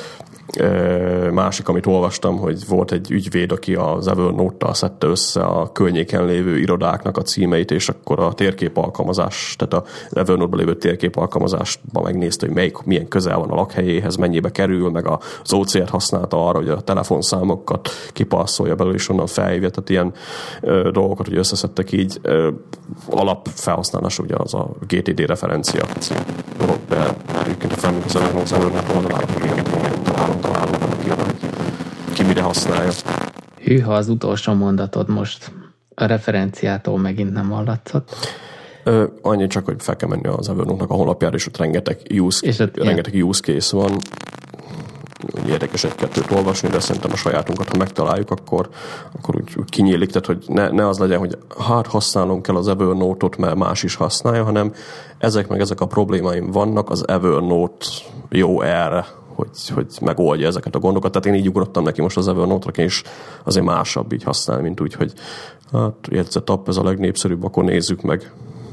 másik, amit olvastam, hogy volt egy ügyvéd, aki az Evernote-tal szedte össze a környéken lévő irodáknak a címeit, és akkor a térkép alkalmazás, tehát az Evernote-ban lévő térkép alkalmazásban megnézte, hogy melyik, milyen közel van a lakhelyéhez, mennyibe kerül, meg az o cé er használta arra, hogy a telefonszámokat kipasszolja belőle, és onnan felhívja, tehát ilyen ö, dolgokat, hogy összeszedtek így. Ö, alapfelhasználás ugye az a gé té dé referencia dolog, de egyébként a felműk az Evernote oldalában találom, találom, ki, ki mire használja. Hűha, az utolsó mondatod most a referenciától megint nem hallatszott. Ö, annyi csak, hogy fel kell menni az Evernote-nak a honlapjára, és ott rengeteg use, és ott, rengeteg ja. use case van. Érdekes egy-kettőt olvasni, de szerintem a sajátunkat, ha megtaláljuk, akkor, akkor úgy, úgy kinyílik, tehát hogy ne, ne az legyen, hogy hát használnom kell az Evernote-ot, mert más is használja, hanem ezek meg ezek a problémáim vannak, az Evernote jó erre, hogy, hogy megoldja ezeket a gondokat. Tehát én így ugrottam neki most az Evernote-ra, és azért másabb így használni, mint úgy, hogy hát jegyzetapp, ez a legnépszerűbb, akkor nézzük meg.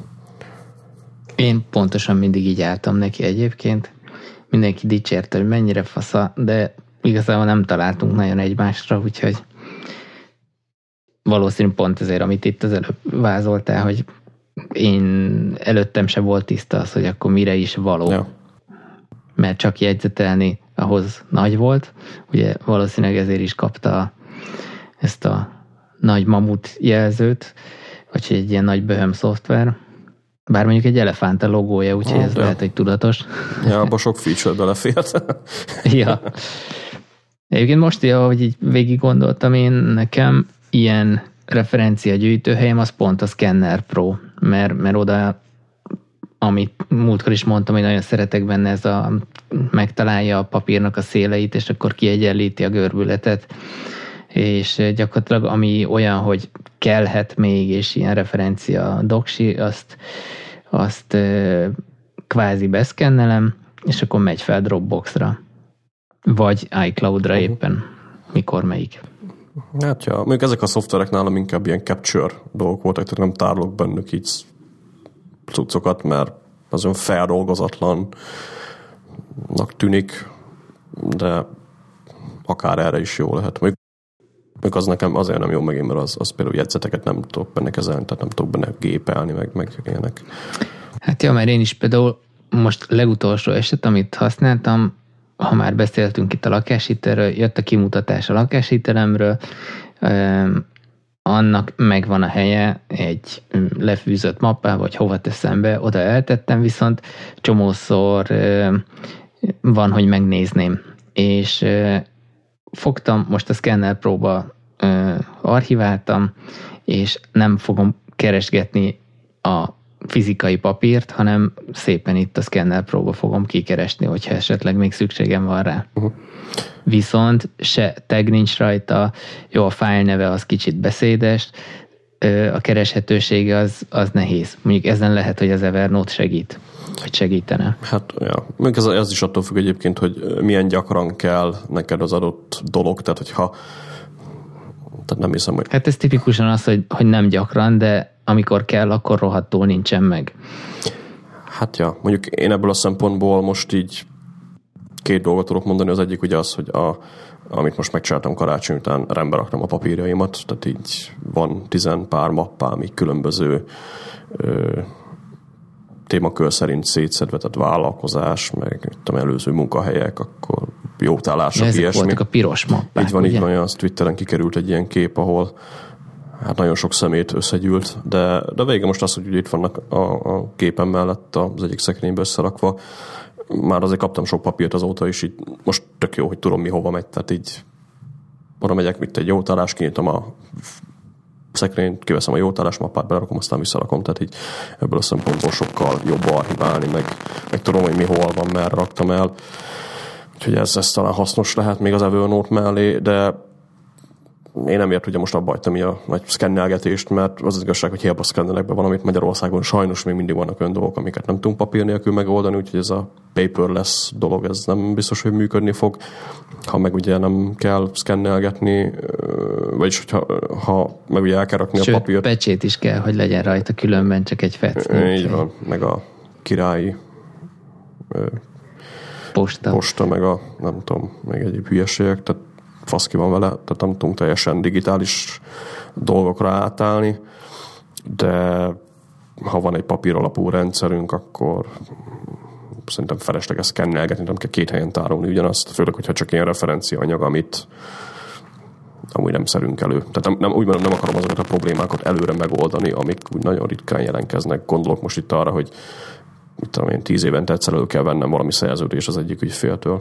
Én pontosan mindig így álltam neki egyébként. Mindenki dicsérte, hogy mennyire fasza, de igazából nem találtunk nagyon egymásra, úgyhogy valószínűleg pont ezért, amit itt az előbb vázoltál, hogy én előttem se volt tiszta az, hogy akkor mire is való. Ja. Mert csak jegyzetelni ahhoz nagy volt. Ugye valószínűleg ezért is kapta ezt a nagy mamut jelzőt, vagy egy ilyen nagy böhöm szoftver. Bár mondjuk egy elefánt a logója, úgyhogy ah, ez de. lehet, hogy tudatos. Ja, abban sok feature belefért. Ja. Egyébként most, ahogy így végig gondoltam én, nekem ilyen referencia gyűjtőhelyem az pont a Scanner Pro, mert, mert oda, amit múltkor is mondtam, hogy nagyon szeretek benne, ez a megtalálja a papírnak a széleit, és akkor kiegyenlíti a görbületet, és gyakorlatilag ami olyan, hogy kellhet még, és ilyen referencia doksi, azt, azt kvázi beszkennelem, és akkor megy fel Dropboxra, vagy iCloudra uh-huh. éppen, mikor melyik. Hát ja, mondjuk ezek a szoftverek nálam inkább ilyen capture dolgok voltak, tehát nem tárolok bennük így cuccokat, mert az olyan feldolgozatlannak tűnik, de akár erre is jó lehet. Mondjuk az nekem azért nem jó megint, mert az, az például jegyzeteket nem tudok benne kezelni, tehát nem tudok benne gépelni, meg, meg ilyenek. Hát ja, mert én is például most legutolsó eset, amit használtam, ha már beszéltünk itt a lakáshitelről, jött a kimutatás a lakáshitelemről, annak megvan a helye egy lefűzött mappá, vagy hova teszem be, oda eltettem, viszont csomószor van, hogy megnézném. És fogtam, most a Scanner Pro-ba archiváltam, és nem fogom keresgetni a fizikai papírt, hanem szépen itt a Scanner Pro-ba fogom kikeresni, hogyha esetleg még szükségem van rá. Uh-huh. Viszont se tag nincs rajta, jó, a file neve az kicsit beszédes, a kereshetősége az, az nehéz. Mondjuk ezen lehet, hogy az Evernote segít. hogy segítene. Hát, ja. Még ez, ez is attól függ egyébként, hogy milyen gyakran kell neked az adott dolog, tehát hogyha tehát nem hiszem, hogy... Hát ez tipikusan az, hogy, hogy nem gyakran, de amikor kell, akkor rohadtul nincsen meg. Hát ja, mondjuk én ebből a szempontból most így két dolgot tudok mondani. Az egyik ugye az, hogy a, amit most megcsináltam karácsony után, rendbe raktam a papírjaimat, tehát így van tizen pár mappám, így különböző ö, témakör szerint szétszedve, tehát vállalkozás, meg tudom, előző munkahelyek, akkor jótállások, ezek ilyesmi. voltak a piros mappák, Így van, ugye? így van, az Twitteren kikerült egy ilyen kép, ahol hát nagyon sok szemét összegyűlt, de, de vége most az, hogy ugye itt vannak a, a képen mellett az egyik szekrénybe összerakva. Már azért kaptam sok papírt azóta, és így most tök jó, hogy tudom, mi hova megy, tehát így oda megyek, mint egy jótállás, kinyitom a szekrényt, kiveszem a jótállás mappát, belerakom, aztán visszarakom, tehát így ebből a szempontból sokkal jobb archiválni, meg, meg tudom, hogy mi hol van, merre raktam el. Úgyhogy ez, ez talán hasznos lehet még az Evernote mellé, de én nem ért ugye most abba hagytam a nagy szkennelgetést, mert az az igazság, hogy hiába szkennelek be valamit Magyarországon, sajnos még mindig vannak olyan dolgok, amiket nem tudunk papír nélkül megoldani, úgyhogy ez a paperless dolog, ez nem biztos, hogy működni fog. Ha meg ugye nem kell szkennelgetni, vagyis hogyha ha meg ugye el kell rakni Sőt, a papírt. pecsét is kell, hogy legyen rajta, különben csak egy fecni. Így van, meg a királyi posta. posta, meg a nem tudom, meg egyéb hülyeségek, tehát fasz ki van vele, tehát nem tudunk teljesen digitális dolgokra átállni, de ha van egy papír alapú rendszerünk, akkor szerintem felesleges szkennelgetni, nem kell két helyen tárolni ugyanazt, főleg, hogyha csak ilyen referenciaanyag, amit amúgy nem szerünk elő. Tehát nem, nem, úgy mondom, nem akarom azokat a problémákat előre megoldani, amik úgy nagyon ritkán jelentkeznek. Gondolok most itt arra, hogy mit tudom én, tíz évente egyszer elő kell vennem valami szerződés az egyik ügyféltől.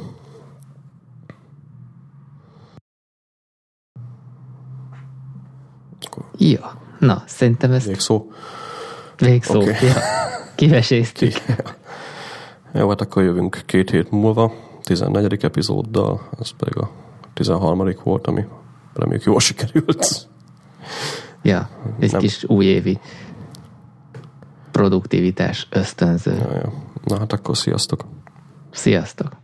Ja, na, szerintem ezt... Végszó. Végszó, Okay. ja. Kiveséztük. Jó, hát akkor jövünk két hét múlva, tizennegyedik epizóddal, ez pedig a tizenharmadik volt, ami reméljük jól sikerült. Ja, egy Nem. kis újévi produktivitás ösztönző. Ja, ja. Na hát akkor sziasztok! Sziasztok!